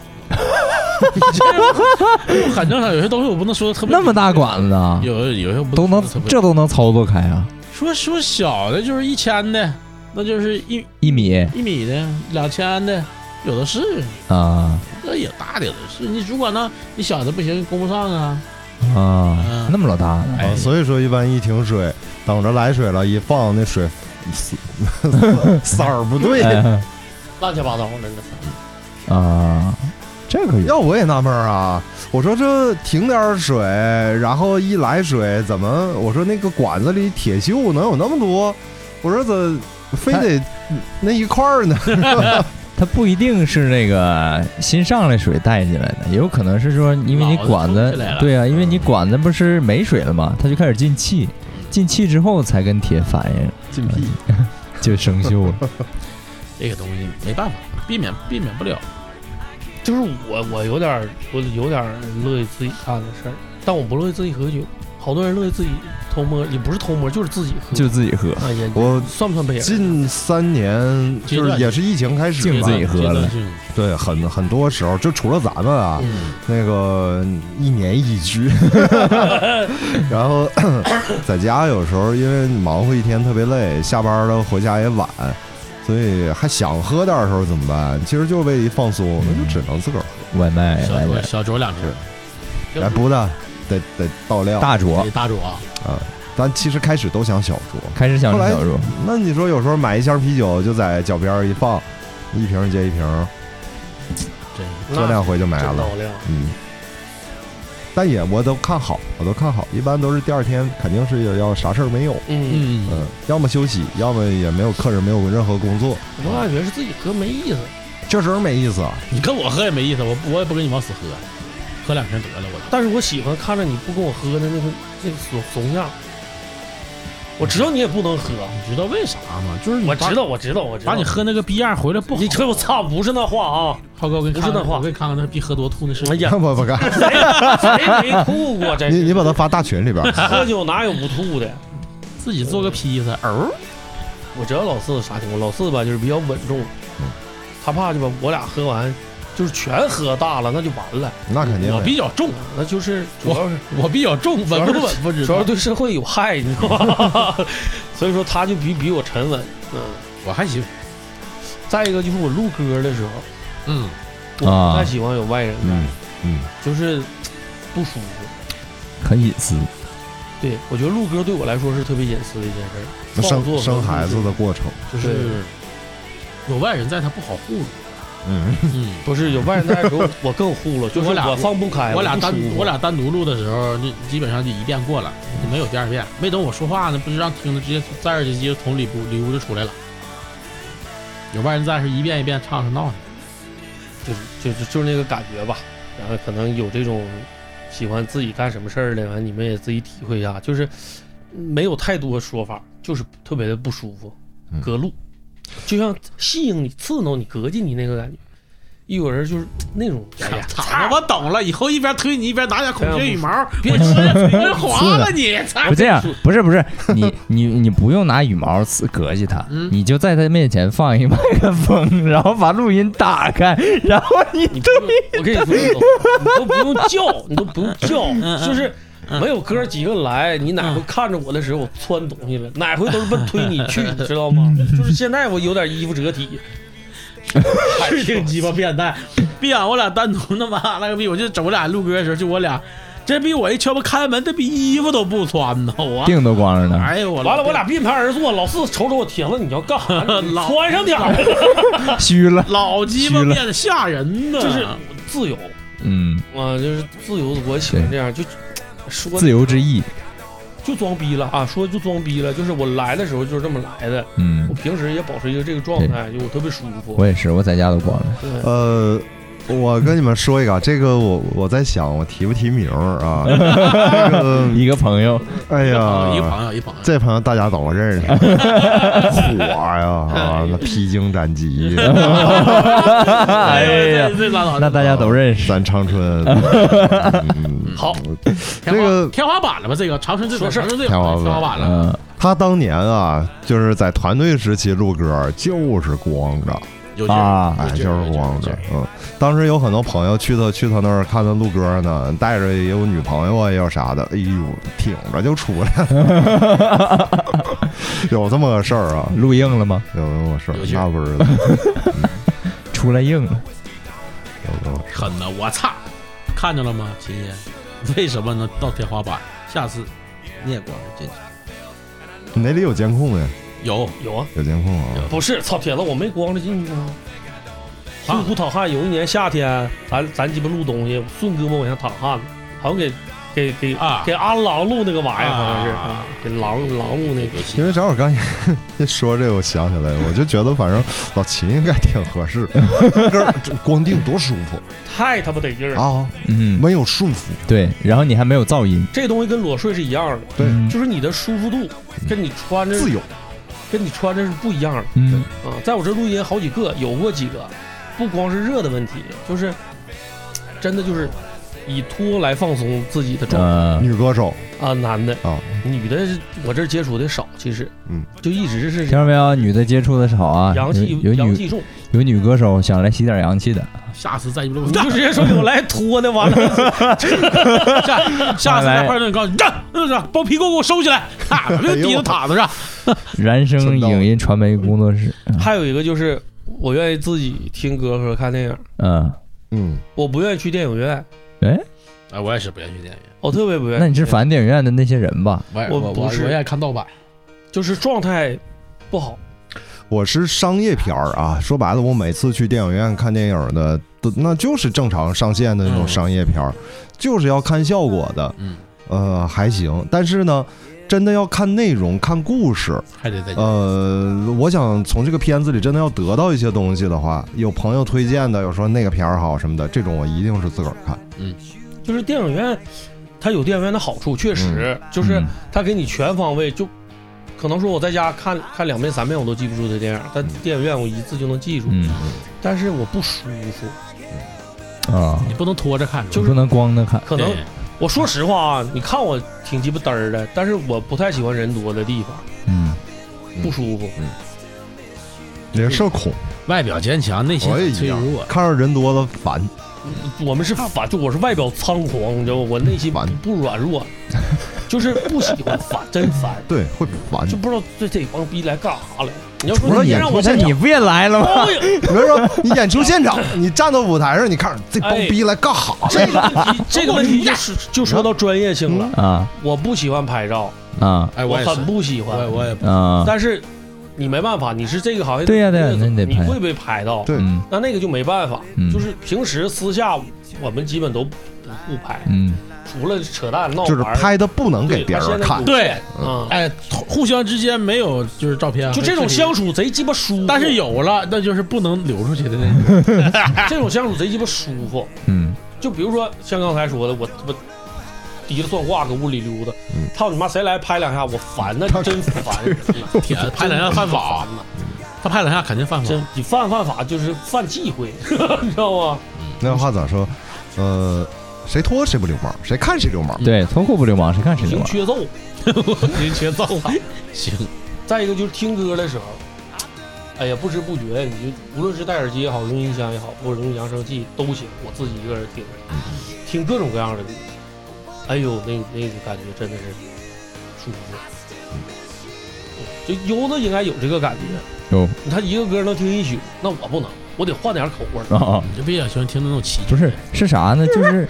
到。很正常，有些东西我不能说的特别那么大管子呢， 有有些都能这都能操作开啊。 说说小的就是一千的，那就是一一米一米的，两千的有的是啊， 那也大的有的是。你如果呢，你小的不行，供不上啊啊，嗯、那么老大、 啊，所以说一般一停水，等着来水了，一放那水色儿不对， 乱七八糟的那啊。这个要我也纳闷啊，我说这停点水，然后一来水怎么？我说那个管子里铁锈能有那么多？我说怎非得那一块儿呢？ 它不一定是那个新上来水带进来的，也有可能是说因为你管子对啊，因为你管子不是没水了嘛，它就开始进气，进气之后才跟铁反应， 进屁就生锈了。 这个东西没办法，避免避免不了。 就是我，我有点，我有点乐意自己干的事儿，但我不乐意自己喝酒。好多人乐意自己偷摸，也不是偷摸，就是自己喝， 就自己喝。 哎呀， 我算不算被人？ 近三年就是也是疫情开始， 净自己喝了。 对，很很多时候就除了咱们啊，嗯、那个一年一居，然后在家有时候因为忙活一天特别累，下班了回家也晚。所以还想喝点的时候怎么办？其实就是为一放松，那就只能自个儿喝。 外卖来着，小酌两瓶。哎，不的，得得倒量。 大酌， 大酌啊！咱其实开始都想小酌， 开始想小酌。 那你说有时候买一箱啤酒就在脚边一放，一瓶接一瓶，这两回就没了。嗯。但也我都看好，我都看好，一般都是第二天肯定是要啥事儿没有， 嗯嗯，要么休息，要么也没有客人，没有任何工作。 我感觉是自己喝没意思， 确实没意思啊！ 你跟我喝也没意思，我我也不跟你往死喝，喝两瓶得了我。 但是我喜欢看着你不跟我喝的那个那个怂怂样。我知道你也不能喝， 你知道为啥吗？就是我知道，我知道，我知道， 把你喝那个逼样回来不好。 你这我操，不是那话啊！ 浩哥，我给不是那话， 我给你看看那逼喝多吐那视频。 哎呀， 我不干， 谁谁没吐过？这你你把它发大群里边。 喝酒哪有不吐的？ 自己做个披萨，哦。 我知道老四啥情况，老四吧就是比较稳重，他怕就把我俩喝完。就是全喝大了，那就完了。 那肯定， 我比较重， 那就是主要是我比较重，稳不稳不知道， 主要对社会有害，你知道吗？所以说他就比比我沉稳，嗯， 我还行。 再一个就是我录歌的时候， 嗯， 我不太喜欢有外人的， 嗯嗯， 就是不舒服， 很隐私。 对，我觉得录歌对我来说是特别隐私的一件事。 生生孩子的过程， 就是有外人在，他不好护着。 嗯嗯， 不是有外人在的时候，我更糊了，就是我俩我放不开， 我俩单不舒服我俩单独录的时候，就基本上就一遍过了，就没有第二遍。没等我说话呢，不是让听的直接在耳机就从里屋里屋就出来了。有外人在是一遍一遍唱上闹呢。 就是就是就是那个感觉吧。然后可能有这种喜欢自己干什么事儿的，完你们也自己体会一下，就是没有太多说法，就是特别的不舒服，隔路，就像吸引你、刺挠你、膈应你那个感觉。一有人就是那种，哎呀， 操！我懂了，以后一边推你一边拿点孔雀羽毛， 别吃推划了你。 不这样，不是不是，你你你不用拿羽毛膈应他， 嗯、 你就在他面前放一个麦克风，然后把录音打开，然后你你对，我跟你说，你都不用叫，你都不用叫，就是没有哥几个来，你哪回看着我的时候我窜东西了，哪回都是奔推你去，你知道吗？就是现在我有点衣服折体。 是挺鸡巴变态，别啊！我俩单独他妈那个逼，我就走我俩录歌的时候，就我俩，这逼我一敲门开门，这逼衣服都不穿呢，我腚都光着呢。 哎呦我完了，我俩并排而坐，老四瞅瞅我停了，你要干啥？穿上点儿， 虚了， 老鸡巴变得吓人呢， 就是自由， 嗯啊，就是自由，我喜欢这样，就说自由之意。 就装逼了啊！说就装逼了，就是我来的时候就是这么来的。 嗯， 我平时也保持一个这个状态，就我特别舒服。 我也是，我在家都光着。 呃，我跟你们说一个，这个我我在想，我提不提名啊？这个一个朋友， 哎呀， 一个朋友，一朋友， 这朋友大家都认识，火呀啊，那披荆斩棘。 哎呀，那大家都认识。 咱长春， 好， 这个天花板了吧？这个长春最说是天花天花板了。 他当年啊，就是在团队时期录歌，就是光着啊， 哎，就是光着。嗯，当时有很多朋友去他去他那儿看他录歌呢，带着也有女朋友啊，也有啥的。哎呦，挺着就出来了，有这么个事儿啊？ 录硬了吗？ 有这么个事儿，那不是出来硬了， 狠呐！我操！看见了吗，秦爷？为什么能到天花板？下次你也光着进去。 你那里有监控没？ 有有啊， 有监控啊。 不是，操铁子，我没光着进去吗？辛苦淌汗，有一年夏天，咱咱鸡巴录东西，顺胳膊往下淌汗，好像给给给啊给安郎录那个玩意儿，好像是啊，给狼狼录那个。 因为正好刚才一说这个，我想起来，我就觉得反正老秦应该挺合适，光腚多舒服， 太他妈得劲儿啊！ 嗯， 没有束缚， 对，然后你还没有噪音， 这东西跟裸睡是一样的， 对， 就是你的舒服度跟你穿着自由， 跟你穿着是不一样的。 嗯啊，在我这录音好几个，有过几个，不光是热的问题，就是真的就是以脱来放松自己的状态。 呃、 女歌手啊，男的啊， 女的我这接触的少，其实， 嗯， 就一直是听到没有？女的接触的少啊， 阳气有阳气重， 有女歌手想来吸点阳气的。 下次再录， 你就直接说有来脱的，完了， 下下次在派对告诉你，站，那是包皮给我收起来，哈，别抵到塔子上。 燃声影音传媒工作室。 还有一个就是，我愿意自己听歌和看电影。 嗯嗯， 我不愿意去电影院。 哎， 哎，我也是不愿意去电影院， 我特别不愿意。 那你是反电影院的那些人吧？ 我我不是， 我爱看盗版， 就是状态不好。 我是商业片儿啊，说白了，我每次去电影院看电影的，都那就是正常上线的那种商业片儿，嗯、就是要看效果的。 嗯， 呃，还行，但是呢，真的要看内容、看故事， 还得在呃，我想从这个片子里真的要得到一些东西的话，有朋友推荐的，有说那个片儿好什么的，这种我一定是自个儿看。 嗯， 就是电影院，它有电影院的好处，确实、嗯、就是它给你全方位就。可能说我在家看看两遍三遍我都记不住的电影，但电影院我一次就能记住。嗯，但是我不舒服啊， 你不能拖着看， 就是不能光着看。 可能我说实话啊，你看我挺鸡巴嘚儿的，但是我不太喜欢人多的地方， 嗯， 不舒服。 嗯，也社恐， 外表坚强，内心脆弱， 看着人多了烦。 我们是反，就我是外表仓皇，你知道吗？我内心不软弱，就是不喜欢烦，真烦。 对，会烦， 就不知道这这帮逼来干啥来。你要说你让我那你不也来了吗？ 比如说你演出现场，你站到舞台上，你看这帮逼来干啥？ 这个问题，这个问题就是就说到专业性了啊。我不喜欢拍照啊， 哎，我很不喜欢， 我我也不。 啊， 但是。 你没办法，你是这个行业的对呀对呀那你得拍你会被拍到， 对嗯那那个就没办法， 嗯就是平时私下我们基本都不不拍， 嗯除了扯淡闹就是玩儿， 拍的不能给别人看。 对嗯啊， 哎，互相之间没有就是照片啊， 就这种相处贼鸡巴舒服， 但是有了，那就是不能流出去的那种。 这种相处贼鸡巴舒服。 嗯就比如说像刚才说的，我我提了算卦搁屋里溜达， 嗯操你妈谁来拍两下我烦那真烦， 天，拍两下犯法烦，呐， 他拍两下肯定犯法真。你犯犯法就是犯忌讳，你知道吗？ 那话咋说？呃，谁拖谁不流氓，谁看谁流氓。 对，脱裤不流氓，谁看谁流氓。 行缺揍， 您缺揍行。 再一个就是听歌的时候，哎呀，不知不觉你就无论是戴耳机也好，用音箱也好，或者用扬声器都行，我自己一个人听，听各种各样的歌，哎呦，那那个感觉真的是舒服。就优子应该有这个感觉， 有他一个歌能听一宿，那我不能，我得换点口味儿。 啊， 你就比较喜欢听那种奇不是是啥呢？就是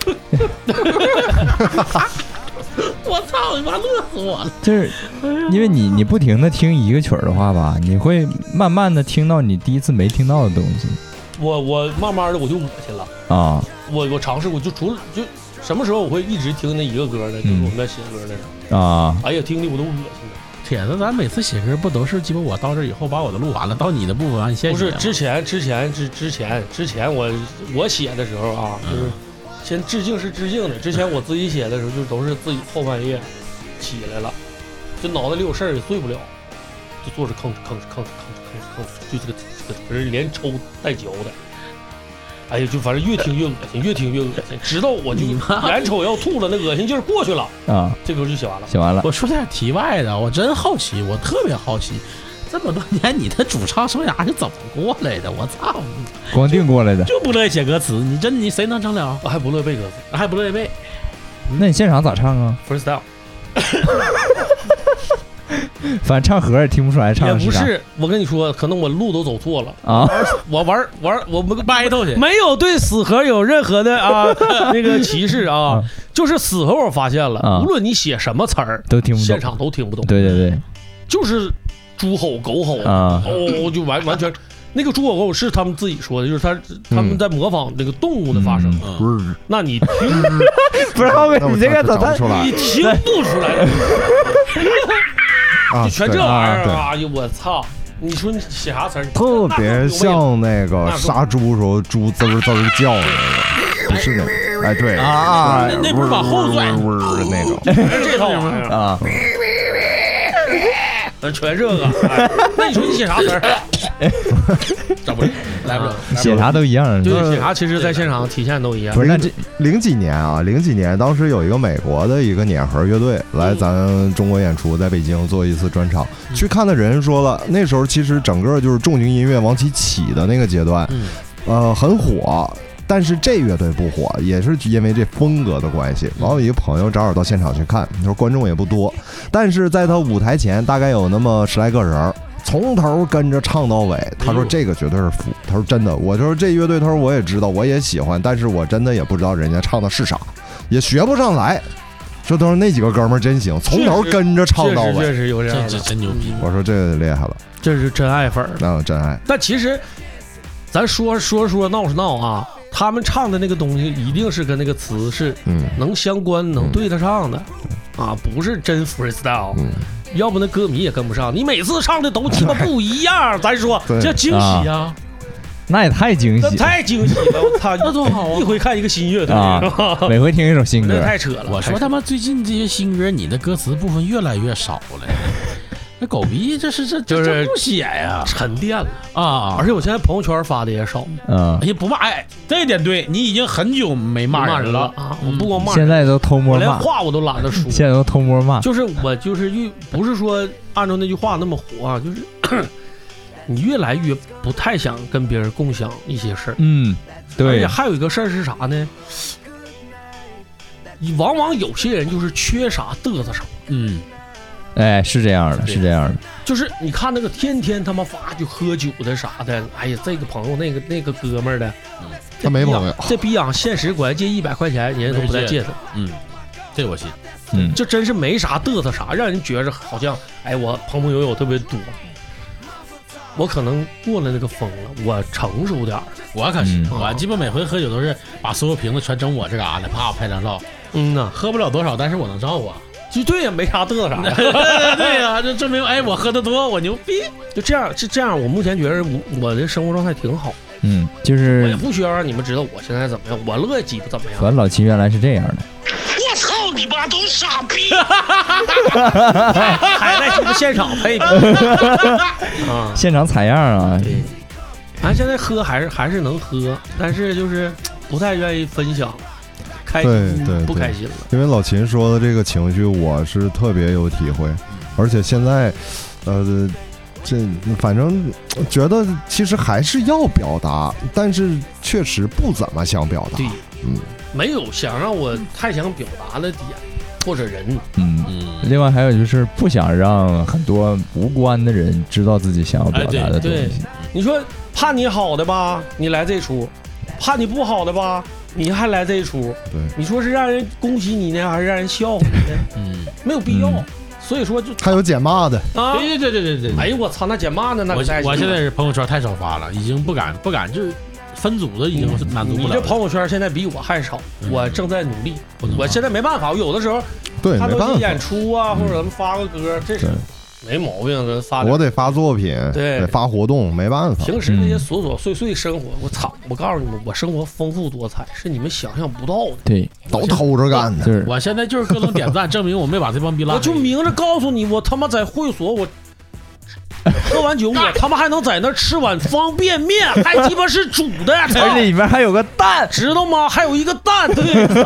我操你妈，乐死我了！ 就是因为你你不停的听一个曲儿的话吧，你会慢慢的听到你第一次没听到的东西我我慢慢的我就恶心了， 啊。 我我尝试过，就除了就什么时候我会一直听那一个歌呢？就是我们在写歌的时候， 啊， 哎呀，听的我都恶心了。 铁子，咱每次写歌不都是鸡巴我到这以后把我的录完了，到你的部分完你先不是写吗之前之前之之前之前我我写的时候啊，就是先致敬是致敬的。之前我自己写的时候，就都是自己后半夜起来了，就脑袋里有事儿也睡不了，就坐着吭哧吭哧吭哧吭哧吭哧吭哧，就这个这个人连抽带嚼的。哎呀，就反正越听越恶心，越听越恶心，直到我就眼瞅要吐了，那恶心劲儿过去了啊， 这歌就写完了。 写完了。 我说点题外的，我真好奇，我特别好奇，这么多年你的主唱生涯是怎么过来的？我操， 光腚过来的。 就不乐意写歌词，你真你谁能整了？ 我还不乐意背歌词， 还不乐意背？ 那你现场咋唱啊？ freestyle 反正唱和也听不出来唱也的啥不是。我跟你说，可能我路都走错了。 啊。 我玩玩我们 battle 去， 没有对死核有任何的啊那个歧视啊，就是死核我发现了， 啊无论你写什么词儿， 都听不懂现场都听不懂。 对对对就是猪吼狗吼啊哦，就完完全。那个猪吼狗是他们自己说的，就是他他们在模仿那个动物的发声。 嗯不是， 那你听不是浩哥， 那我你这个咋找不出来你听不出来， 啊？ 就全这对玩意儿， 对哎呦我操！你说你写啥词儿？ 特别像那个杀猪时候猪滋儿滋儿叫的那个，不是那个，哎对啊那那不是往后拽嗡儿的那个， 全是这套玩意儿， 啊？ 全这个。哎那你说你写啥词儿？ 找不着，来不了。 写啥都一样。 对，写啥其实在现场体现都一样不。是那这零几年啊，零几年当时有一个美国的一个碾核乐队来咱中国演出，在北京做一次专场，去看的人说了，那时候其实整个就是重型音乐往起起的那个阶段，呃，很火。但是这乐队不火，也是因为这风格的关系。然后一个朋友正好到现场去看，他说观众也不多，但是在他舞台前大概有那么十来个人，从头跟着唱到尾。他说这个绝对是服。他说真的，我就说这乐队，他说我也知道，我也喜欢，但是我真的也不知道人家唱的是啥，也学不上来。这都是那几个哥们儿真行，从头跟着唱到尾。 确实有这样这的， 真牛逼！ 我说这个厉害了， 这是真爱粉儿。 那真爱。 但其实，咱说说说闹是闹啊，他们唱的那个东西一定是跟那个词是嗯能相关、能对得上的啊，不是真 freestyle。 嗯， 要不那歌迷也跟不上。你每次唱的都鸡巴不一样，咱说对这惊喜呀， 那也太惊那喜了太惊喜了！我操， 那多好啊一回看一个新乐队， 啊是吧？ 每回听一首新那歌。 太扯了。 我说他妈最近这些新歌，你的歌词部分越来越少了。那狗逼这是这就是这不写呀沉淀了， 啊！ 而且我现在朋友圈发的也少， 嗯哎，呀，不骂，哎，这一点对你已经很久没骂骂人了。 了啊！我不光骂人， 现在都偷摸我连骂， 话我都懒得说。 现在都偷摸骂。 就是我就是越不是说按照那句话那么活啊，就是你越来越不太想跟别人共享一些事儿。 嗯， 而对且，还有一个事儿是啥呢？你往往有些人就是缺啥嘚瑟啥， 嗯， 哎，是这样的，是这样的。 就是你看那个天天他妈发就喝酒的啥的，哎呀，这个朋友那个那个哥们儿的， 他没朋友， 这逼养现实管借一百块钱，人家都不带借他， 嗯，这我信。 嗯， 就真是没啥嘚瑟啥，让人觉着好像哎我朋朋友友特别多。 我可能过了那个风了，我成熟点儿。 我可是、 嗯我基本每回喝酒都是把所有瓶子全整我这嘎达，啪拍张照。 嗯呐， 喝不了多少，但是我能照啊。 就对呀，没啥嘚瑟啥的。 对呀、啊，这证明哎，我喝的多，我牛逼。 就这样，是这样。我目前觉得我我的生活状态挺好， 嗯，就我也是不需要让你们知道我现在怎么样，我乐意鸡巴怎么样。 咱老秦原来是这样的， 我操你妈，都傻逼！还在鸡巴现场配比啊！ 现场采样啊， 对，俺现在喝还是还是能喝，但是就是不太愿意分享，开心对对对不开心了。 因为老秦说的这个情绪，我是特别有体会，而且现在，呃，这反正觉得其实还是要表达，但是确实不怎么想表达。 对， 嗯， 没有想让我太想表达的点或者人。 嗯。 嗯， 另外还有就是不想让很多无关的人知道自己想要表达的东哎对西。 你说怕你好的吧，你来这出；怕你不好的吧，你还来这出。 对， 你说是让人恭喜你呢，还是让人笑你呢？ 嗯， 没有必要。 嗯所以说就还有捡骂的， 啊， 对对对对对对。 哎呦我操，那捡嘛呢？那我可太我现在是朋友圈太少发了，已经不敢不敢，就是分组的已经满足不了了。 你这朋友圈现在比我还少， 嗯我正在努力。 不能发我现在没办法，我有的时候对， 看没办法到一些演，出啊，或者咱们发个歌，这是对没毛病的。发点我得发作品， 对得发活动，没办法。 平时那些琐琐碎碎生活，我操！我告诉你们，我生活丰富多彩，是你们想象不到的。 对， 都偷着干的， 就是我现在就是各种点赞，证明我没把这帮逼拉黑。 我就明着告诉你，我他妈在会所，我喝完酒，我他妈还能在那儿吃碗方便面，还鸡巴是煮的， 而且里面还有个蛋， 知道吗？还有一个蛋，对，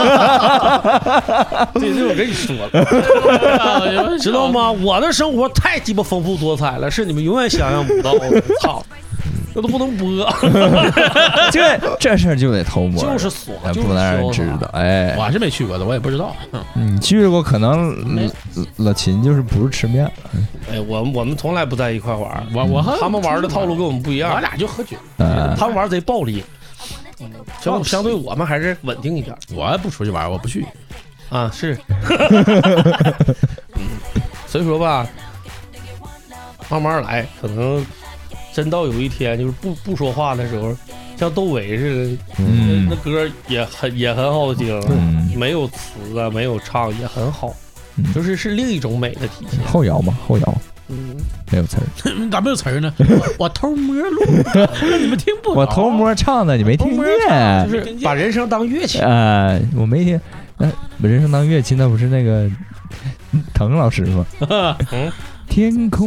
对，这我跟你说了，知道吗？我的生活太鸡巴丰富多彩了，是你们永远想象不到的。操，这都不能播， 这这事儿就得偷摸， 就是锁， 哎就是不能让人知道。哎， 我是没去过的，我也不知道。 你去过，可能没老老秦就是不是吃面， 哎，我我们从来不在一块玩， 我我和他们玩的套路跟我们不一我样， 俩就喝酒， 呃， 他们玩贼暴力，相相对我们还是稳定一点我不出去玩，我不去。 啊，是，嗯，所以说吧，慢慢来，可能真到有一天就是不不说话的时候，像窦唯似的， 嗯那歌也很也很好听， 嗯没有词啊，没有唱也很好， 嗯就是是另一种美的体现。 后摇嘛，后摇嗯， 没有词儿， 咋没有词儿呢？我我偷摸录的，你们听不着？ 我偷摸唱的，你没听就见？ 是把人生当乐器。 呃，我没听，那人生当乐器那不是那个滕老师吗？ 嗯， 天空，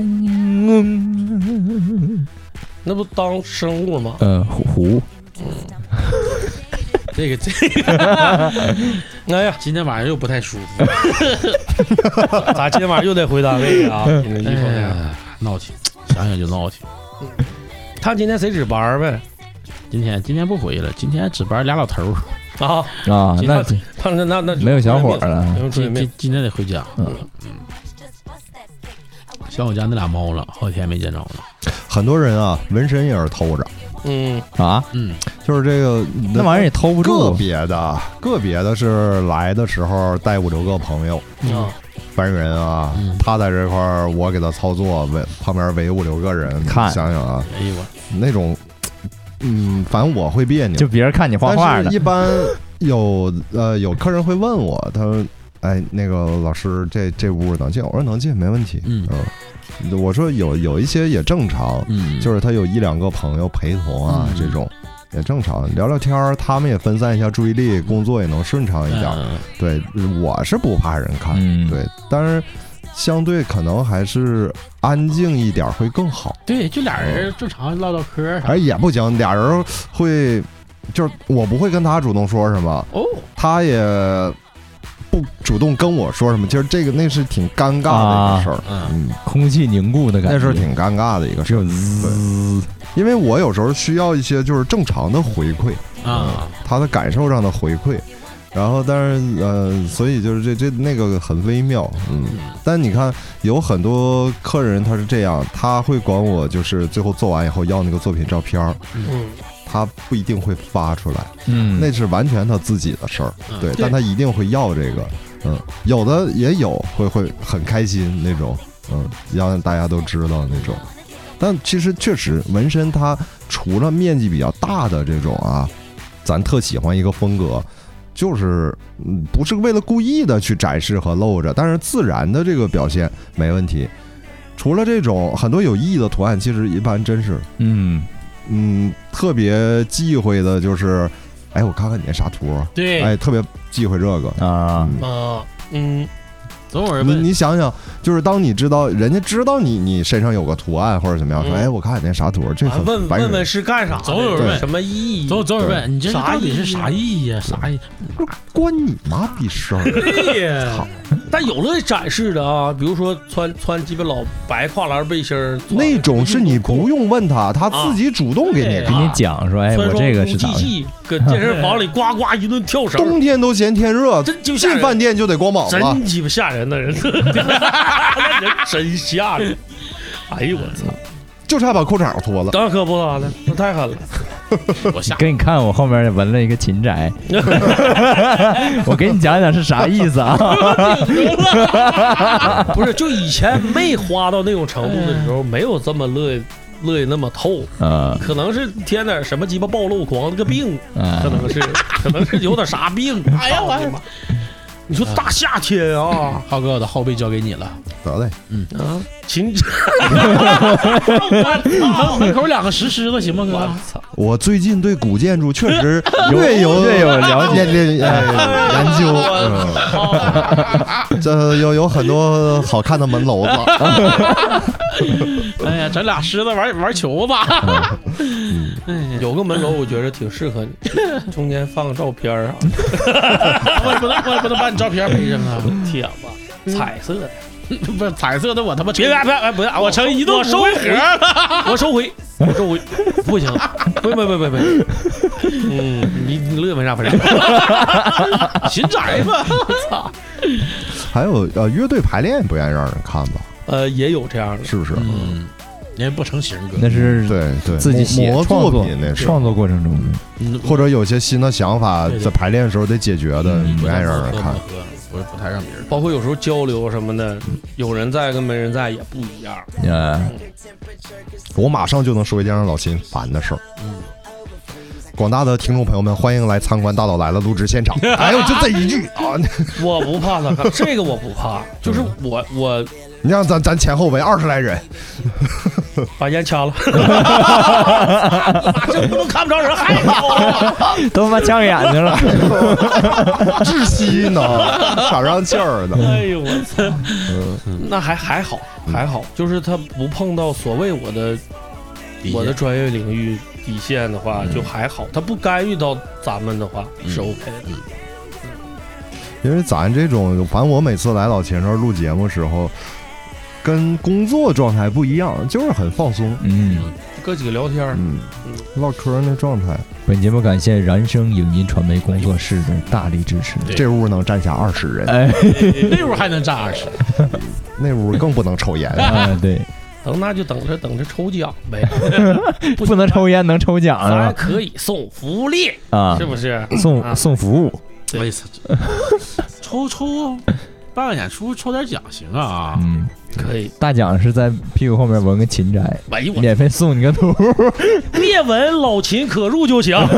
那不当生物吗？ 呃，湖， 这个这个， 哎呀， 今天晚上又不太舒服。 咋今天晚上又得回单位啊？你这衣服那样。 哎，闹挺，想想就闹挺。 看今天谁值班呗？ 今天今天不回了，今天值班俩老头儿。 啊， 啊，那他那那那没有小伙了。 今今今天得回家。 嗯嗯，像我家那俩猫了，好几天没见着了。 很多人啊，纹身也是偷着， 嗯， 啊， 嗯， 就是这个那玩意儿也偷不个住。 别的，个别的是来的时候带五六个朋友， 啊， 烦人啊， 嗯他在这块儿，我给他操作，围旁边围五六个人， 看想想啊， 哎呦我， 那种，嗯，反正我会别扭。 就别人看你画画的但是，一般有呃有客人会问我，他说：“哎，那个老师，这这屋能进？”我说：“能进，没问题。” 嗯嗯，我说有有一些也正常， 嗯， 就是他有一两个朋友陪同啊， 嗯这种也正常，聊聊天儿，他们也分散一下注意力，工作也能顺畅一点。 嗯对，我是不怕人看， 嗯对，但是相对可能还是安静一点会更好。 对，就俩人正常唠唠嗑啥哎，也不行，俩人会，就是我不会跟他主动说什么， 哦， 他也不主动跟我说什么。其实这个那是挺尴尬的一个事儿， 嗯嗯， 空气凝固的感觉， 那是挺尴尬的一个事儿。对，因为我有时候需要一些就是正常的回馈， 啊， 他的感受上的回馈。然后，但是呃，所以就是这这那个很微妙，嗯。但你看，有很多客人他是这样，他会管我，就是最后做完以后要那个作品照片儿， 嗯， 他不一定会发出来， 嗯， 那是完全他自己的事儿， 嗯对。但他一定会要这个，嗯，有的也有会会很开心那种，嗯，让大家都知道那种。 但其实确实纹身它除了面积比较大的这种啊，咱特喜欢一个风格，就是嗯不是为了故意的去展示和露着，但是自然的这个表现没问题。除了这种很多有意义的图案，其实一般真是嗯嗯特别忌讳的就是，哎我看看你那啥图啊， 对， 哎特别忌讳这个啊嗯啊，嗯， 总有人问你你想想，就是当你知道人家知道你你身上有个图案或者怎么样，说嗯哎我看你那啥图，这啊很烦人问问问是干啥的？ 总有人问什么意义？ 总总有人问你这啥到底是意义啥意义啊？啥意义？ 关你妈逼事儿！ 对呀，但有的展示的啊，比如说穿穿鸡巴老白跨栏背心儿， 那种是你不用问他，他自己主动给你对看。 给你讲说，哎，我穿双这个是咋回事？ 机器，搁健身房里呱呱一顿跳绳， 冬天都嫌天热， 真就吓人进饭店就得光膀子。 真鸡巴吓人的人，那人真吓人。哎呦我操！ 就差把裤衩脱了。 那可不咋的，那太狠了。 我吓给你看，我后面纹了一个秦宅，我给你讲讲是啥意思啊？ 不是，就以前没花到那种程度的时候，没有这么乐意乐意那么透。 啊可能是添点什么鸡巴暴露狂那个病， 啊可能是可能是有点啥病。哎呀我的妈！你说大夏天啊浩哥，我的后背交给你了。 得嘞， 啊，秦， 门口两个石狮子行吗，哥？ 操！ 我最近对古建筑确实略有略有了解研研研究，嗯这有有很多好看的门楼子。 哎呀，咱俩狮子玩玩球吧。 有个门楼，我觉得挺适合你，中间放个照片啊， 我也不能，我也不能把你照片背上啊。 贴吧，彩色的。 不是彩色的，我他妈别别别别！我成移动我收回盒了。 我收回，我收回，不行，不不不不不，嗯，你你乐没啥不是？ 秦宅吧， 操！ 还有呃，乐队排练不愿意让人看吧？ 呃，也有这样的， 是不是？ 嗯，人家不成型哥， 那是对对， 自己写磨创作作品那是， 创作过程中的。 嗯或者有些新的想法对对在排练的时候得解决的， 嗯不愿意让人看。 不是不太让别人。 包括有时候交流什么的，有人在跟没人在也不一样。 啊， 我马上就能说一件让老秦烦的事儿。 嗯， 广大的听众朋友们，欢迎来参观《大佬来了》录制现场。哎呦，就这一句啊！ 我不怕他看这个，我不怕，就是我我你让咱咱前后围二十来人， 把烟掐了，这不能看不着人，还好， 都他妈呛眼睛了。 窒息呢，喘上气儿呢。 哎呦我操，那还还好还好，就是他不碰到所谓我的我的专业领域底线的话，就还好，他不干预到咱们的话是 OK 的。 因为咱这种，反正我每次来老秦这儿录节目时候，跟工作状态不一样，就是很放松， 嗯， 哥几个聊天， 嗯，唠嗑那状态。 本节目感谢燃声影音传媒工作室的大力支持。 这屋能站下二十人， 哎， 那屋还能站二十， 那屋更不能抽烟。 啊，对， 等那就等着等着抽奖呗， 不能抽烟，能抽奖咱啊可以送福利， 啊是，不是？ 送啊送服务。 对我意思，抽抽办个演出抽点奖行啊。 嗯， 可以。 大奖是在屁股后面纹个秦宅， 哎呦我， 免费送你个图。 别闻老秦可入就行。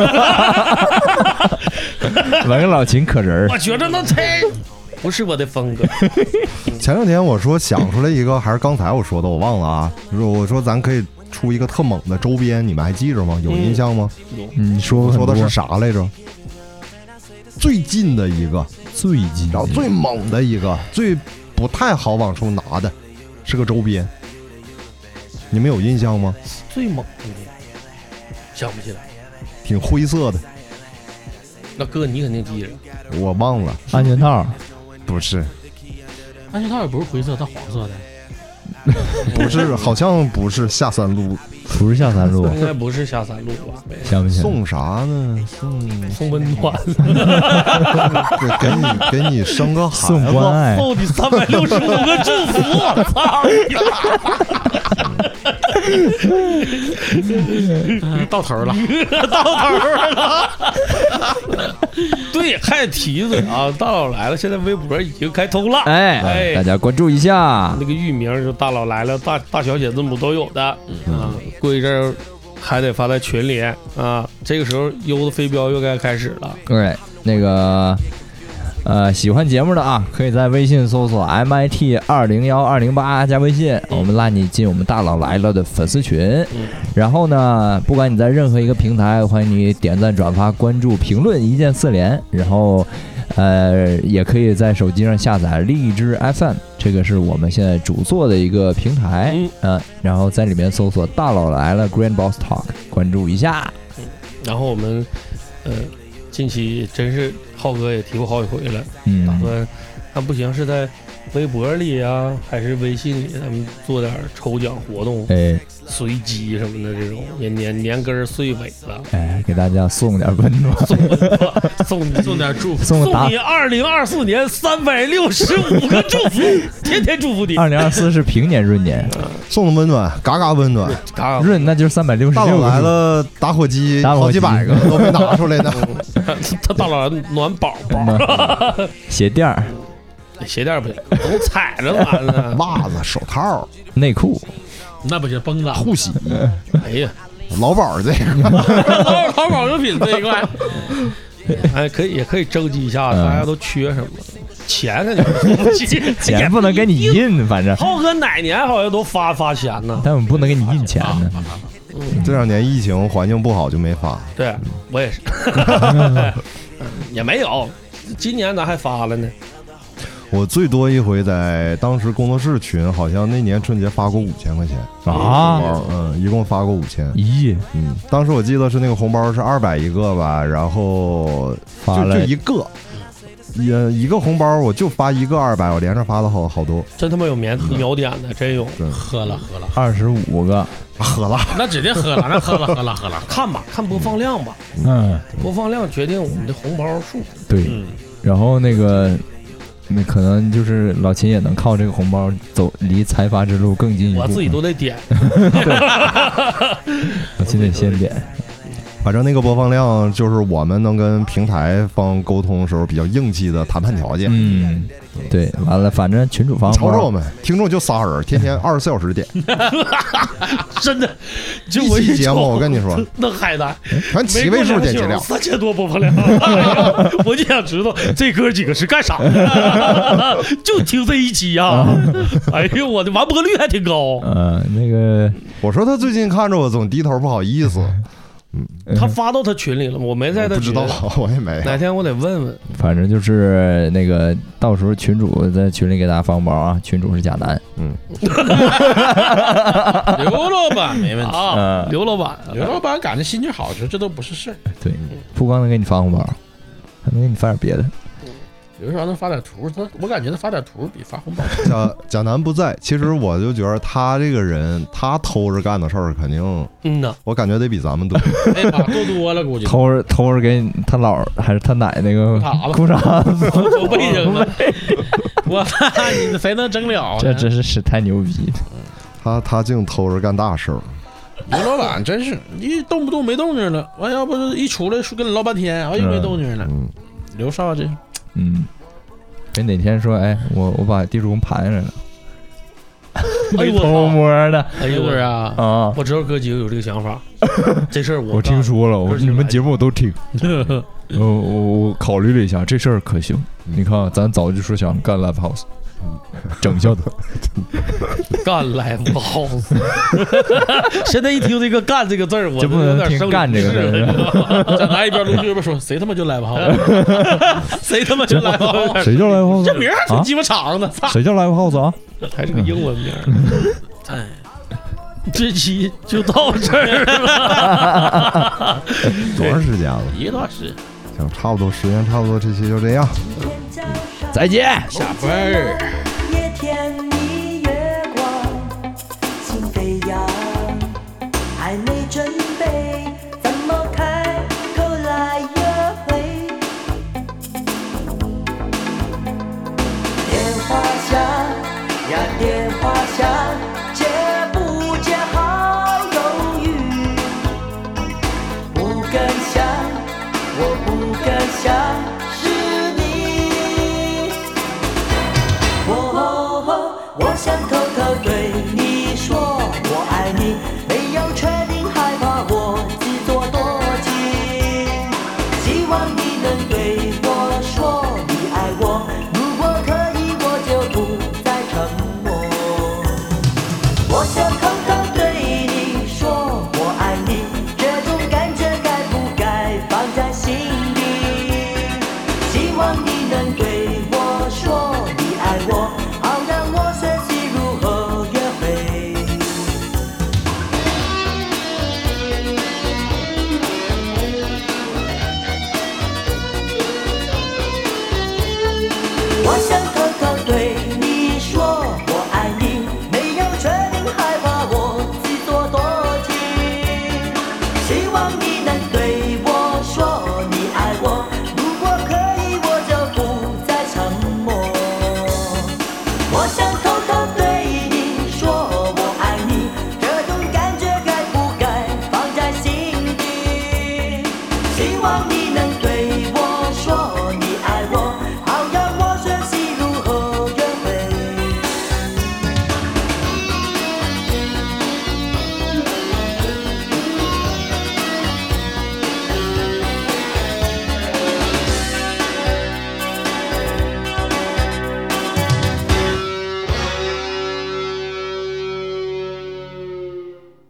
纹个老秦可人儿。 我觉得那太不是我的风格。 前两天我说想出来一个，还是刚才我说的，我忘了啊。我说咱可以出一个特猛的周边，你们还记着吗？有印象吗？ 嗯，你说过很多我说的是啥来着？最近的一个， 最近， 然后最猛的一个，最不太好往出拿的，是个周边。你们有印象吗？ 最猛的，想不起来。 挺灰色的， 那哥你肯定记着。 我忘了。 安全套， 不是， 安全套也不是灰色，它黄色的。 不是，好像不是下三路。 不是下三路， 应该不是下三路吧？ 想不起来。 送啥呢？送送温暖， 给你给你生个孩子， 送关爱， 送你三百六十五个祝福。我操！ 到头了， 到头了。对，还提嘴啊，大佬来了，现在微博已经开通了， 哎哎大家关注一下那。个域名就大佬来了，大大小写字母都有的啊。过一阵儿还得发在群里啊。这个时候优的飞镖又该开始了。 对，那个呃，喜欢节目的啊，可以在微信搜索 M I T 二零幺二零八加微信，我们拉你进我们大佬来了的粉丝群。然后呢，不管你在任何一个平台，欢迎你点赞、转发、关注、评论，一键四连。然后呃，也可以在手机上下载荔枝 F M， 这个是我们现在主做的一个平台。嗯、呃，然后在里面搜索大佬来了 Grand Boss Talk， 关注一下。 嗯，然后我们呃。近期真是浩哥也提过好几回了， 嗯， 打算看不行是在微博里啊，还是微信里，咱们做点抽奖活动， 哎， 随机什么的这种，也年年根岁尾了， 哎，给大家送点温暖， 送温暖，送送点祝福， 送送你二零二四年三百六十五个祝福，天天祝福你。 二零二四是平年闰年， 送的温暖，嘎嘎温暖， 嘎闰那就是三百六十六。 大佬来了，打火机打火机好几百个都没拿出来呢。 他大佬暖宝宝， 鞋垫儿、 鞋垫不行，都踩着完了， 袜子、手套、 内裤， 那不行，绷子、 护膝。 哎呀， 劳保这个， 淘淘宝用品这一块， 哎，可以也可以征集一下，大家都缺什么？钱肯定是不起， 钱不能给你印，反正。 浩哥哪年好像都发发钱呢？ 但我们不能给你印钱呢。 这两年疫情环境不好就没发。 对我也是，也没有。今年咱还发了呢。 我最多一回在当时工作室群，好像那年春节发过五千块钱啊， 嗯，一共发过五千。 咦， 嗯，当时我记得是那个红包是二百一个吧，然后发了就就一个。也一个红包我就发一个二百，我连着发了好好多， 真他妈有秒秒点的，真有。 喝了喝了， 二十五个， 喝了， 那指定喝了，那喝了喝了喝了， 看吧，看播放量吧， 嗯， 播放量决定我们的红包数。 对， 嗯， 然后那个。那可能就是老秦也能靠这个红包走离财阀之路更近一步。 我自己都得点， 老秦得先点。 反正那个播放量就是我们能跟平台方沟通的时候比较硬气的谈判条件。 嗯，对，完了，反正群主方瞅瞅我们听众就仨人，天天二十四小时点， 真的，就一我期节目我跟你说， 那海南全七位数点击量， 三千多播放量，哎、我就想知道这哥几个是干啥的，就听这一期呀、啊，哎呦我的完播率还挺高。 呃，那个我说他最近看着我总低头不好意思。 嗯，他发到他群里了吗？我没在他群里， 不知道，我也没。 哪天我得问问。 反正就是那个，到时候群主在群里给大家发红包啊，群主是贾楠， 嗯， 刘老板没问题啊，刘老板， 刘老板赶着心情好，这都不是事儿。 对，不光能给你发红包，还能给你发点别的。 有时候能发点图，他我感觉他发点图比发红包。 贾贾楠不在，其实我就觉得他这个人，他偷着干的事儿肯定， 嗯呐， 我感觉得比咱们多。 哎妈，多多了估计。 偷着偷着给他姥还是他奶那个裤衩子都被扔了。我你谁能整了？ 这真是是太牛逼了。 他他净偷着干大事儿。 刘老板真是一动不动没动静了，完要不是一出来跟你唠半天，哎又没动静了。 嗯， 刘少这。 嗯，给哪天说，哎，我我把地主公盘下来了， 哎呦我偷摸的， 哎呦我啊啊！ 我知道哥几个有这个想法，这事儿我我听说了，我你们节目我都听，我我我考虑了一下，这事儿可行。你看，咱早就说想干 live house， 整下他， 干 live house。现在一听这个“干”这个字儿，我就不能听“干”这个字儿。咱来一边录一边说，谁他妈就 live house， 谁他妈就 live house， 谁叫 live house？ 这名儿挺鸡巴长的， 谁叫 live house 啊？ 还是个英文名。哎，这期就到这儿了。 多长时间了？ 一个多小时。 行，差不多时间差不多，这期就这样。 再见， 下班儿。 夜天你月光，心飞扬，还没准备，怎么开口来约会？电话响呀，电话响，接不接好？ 我想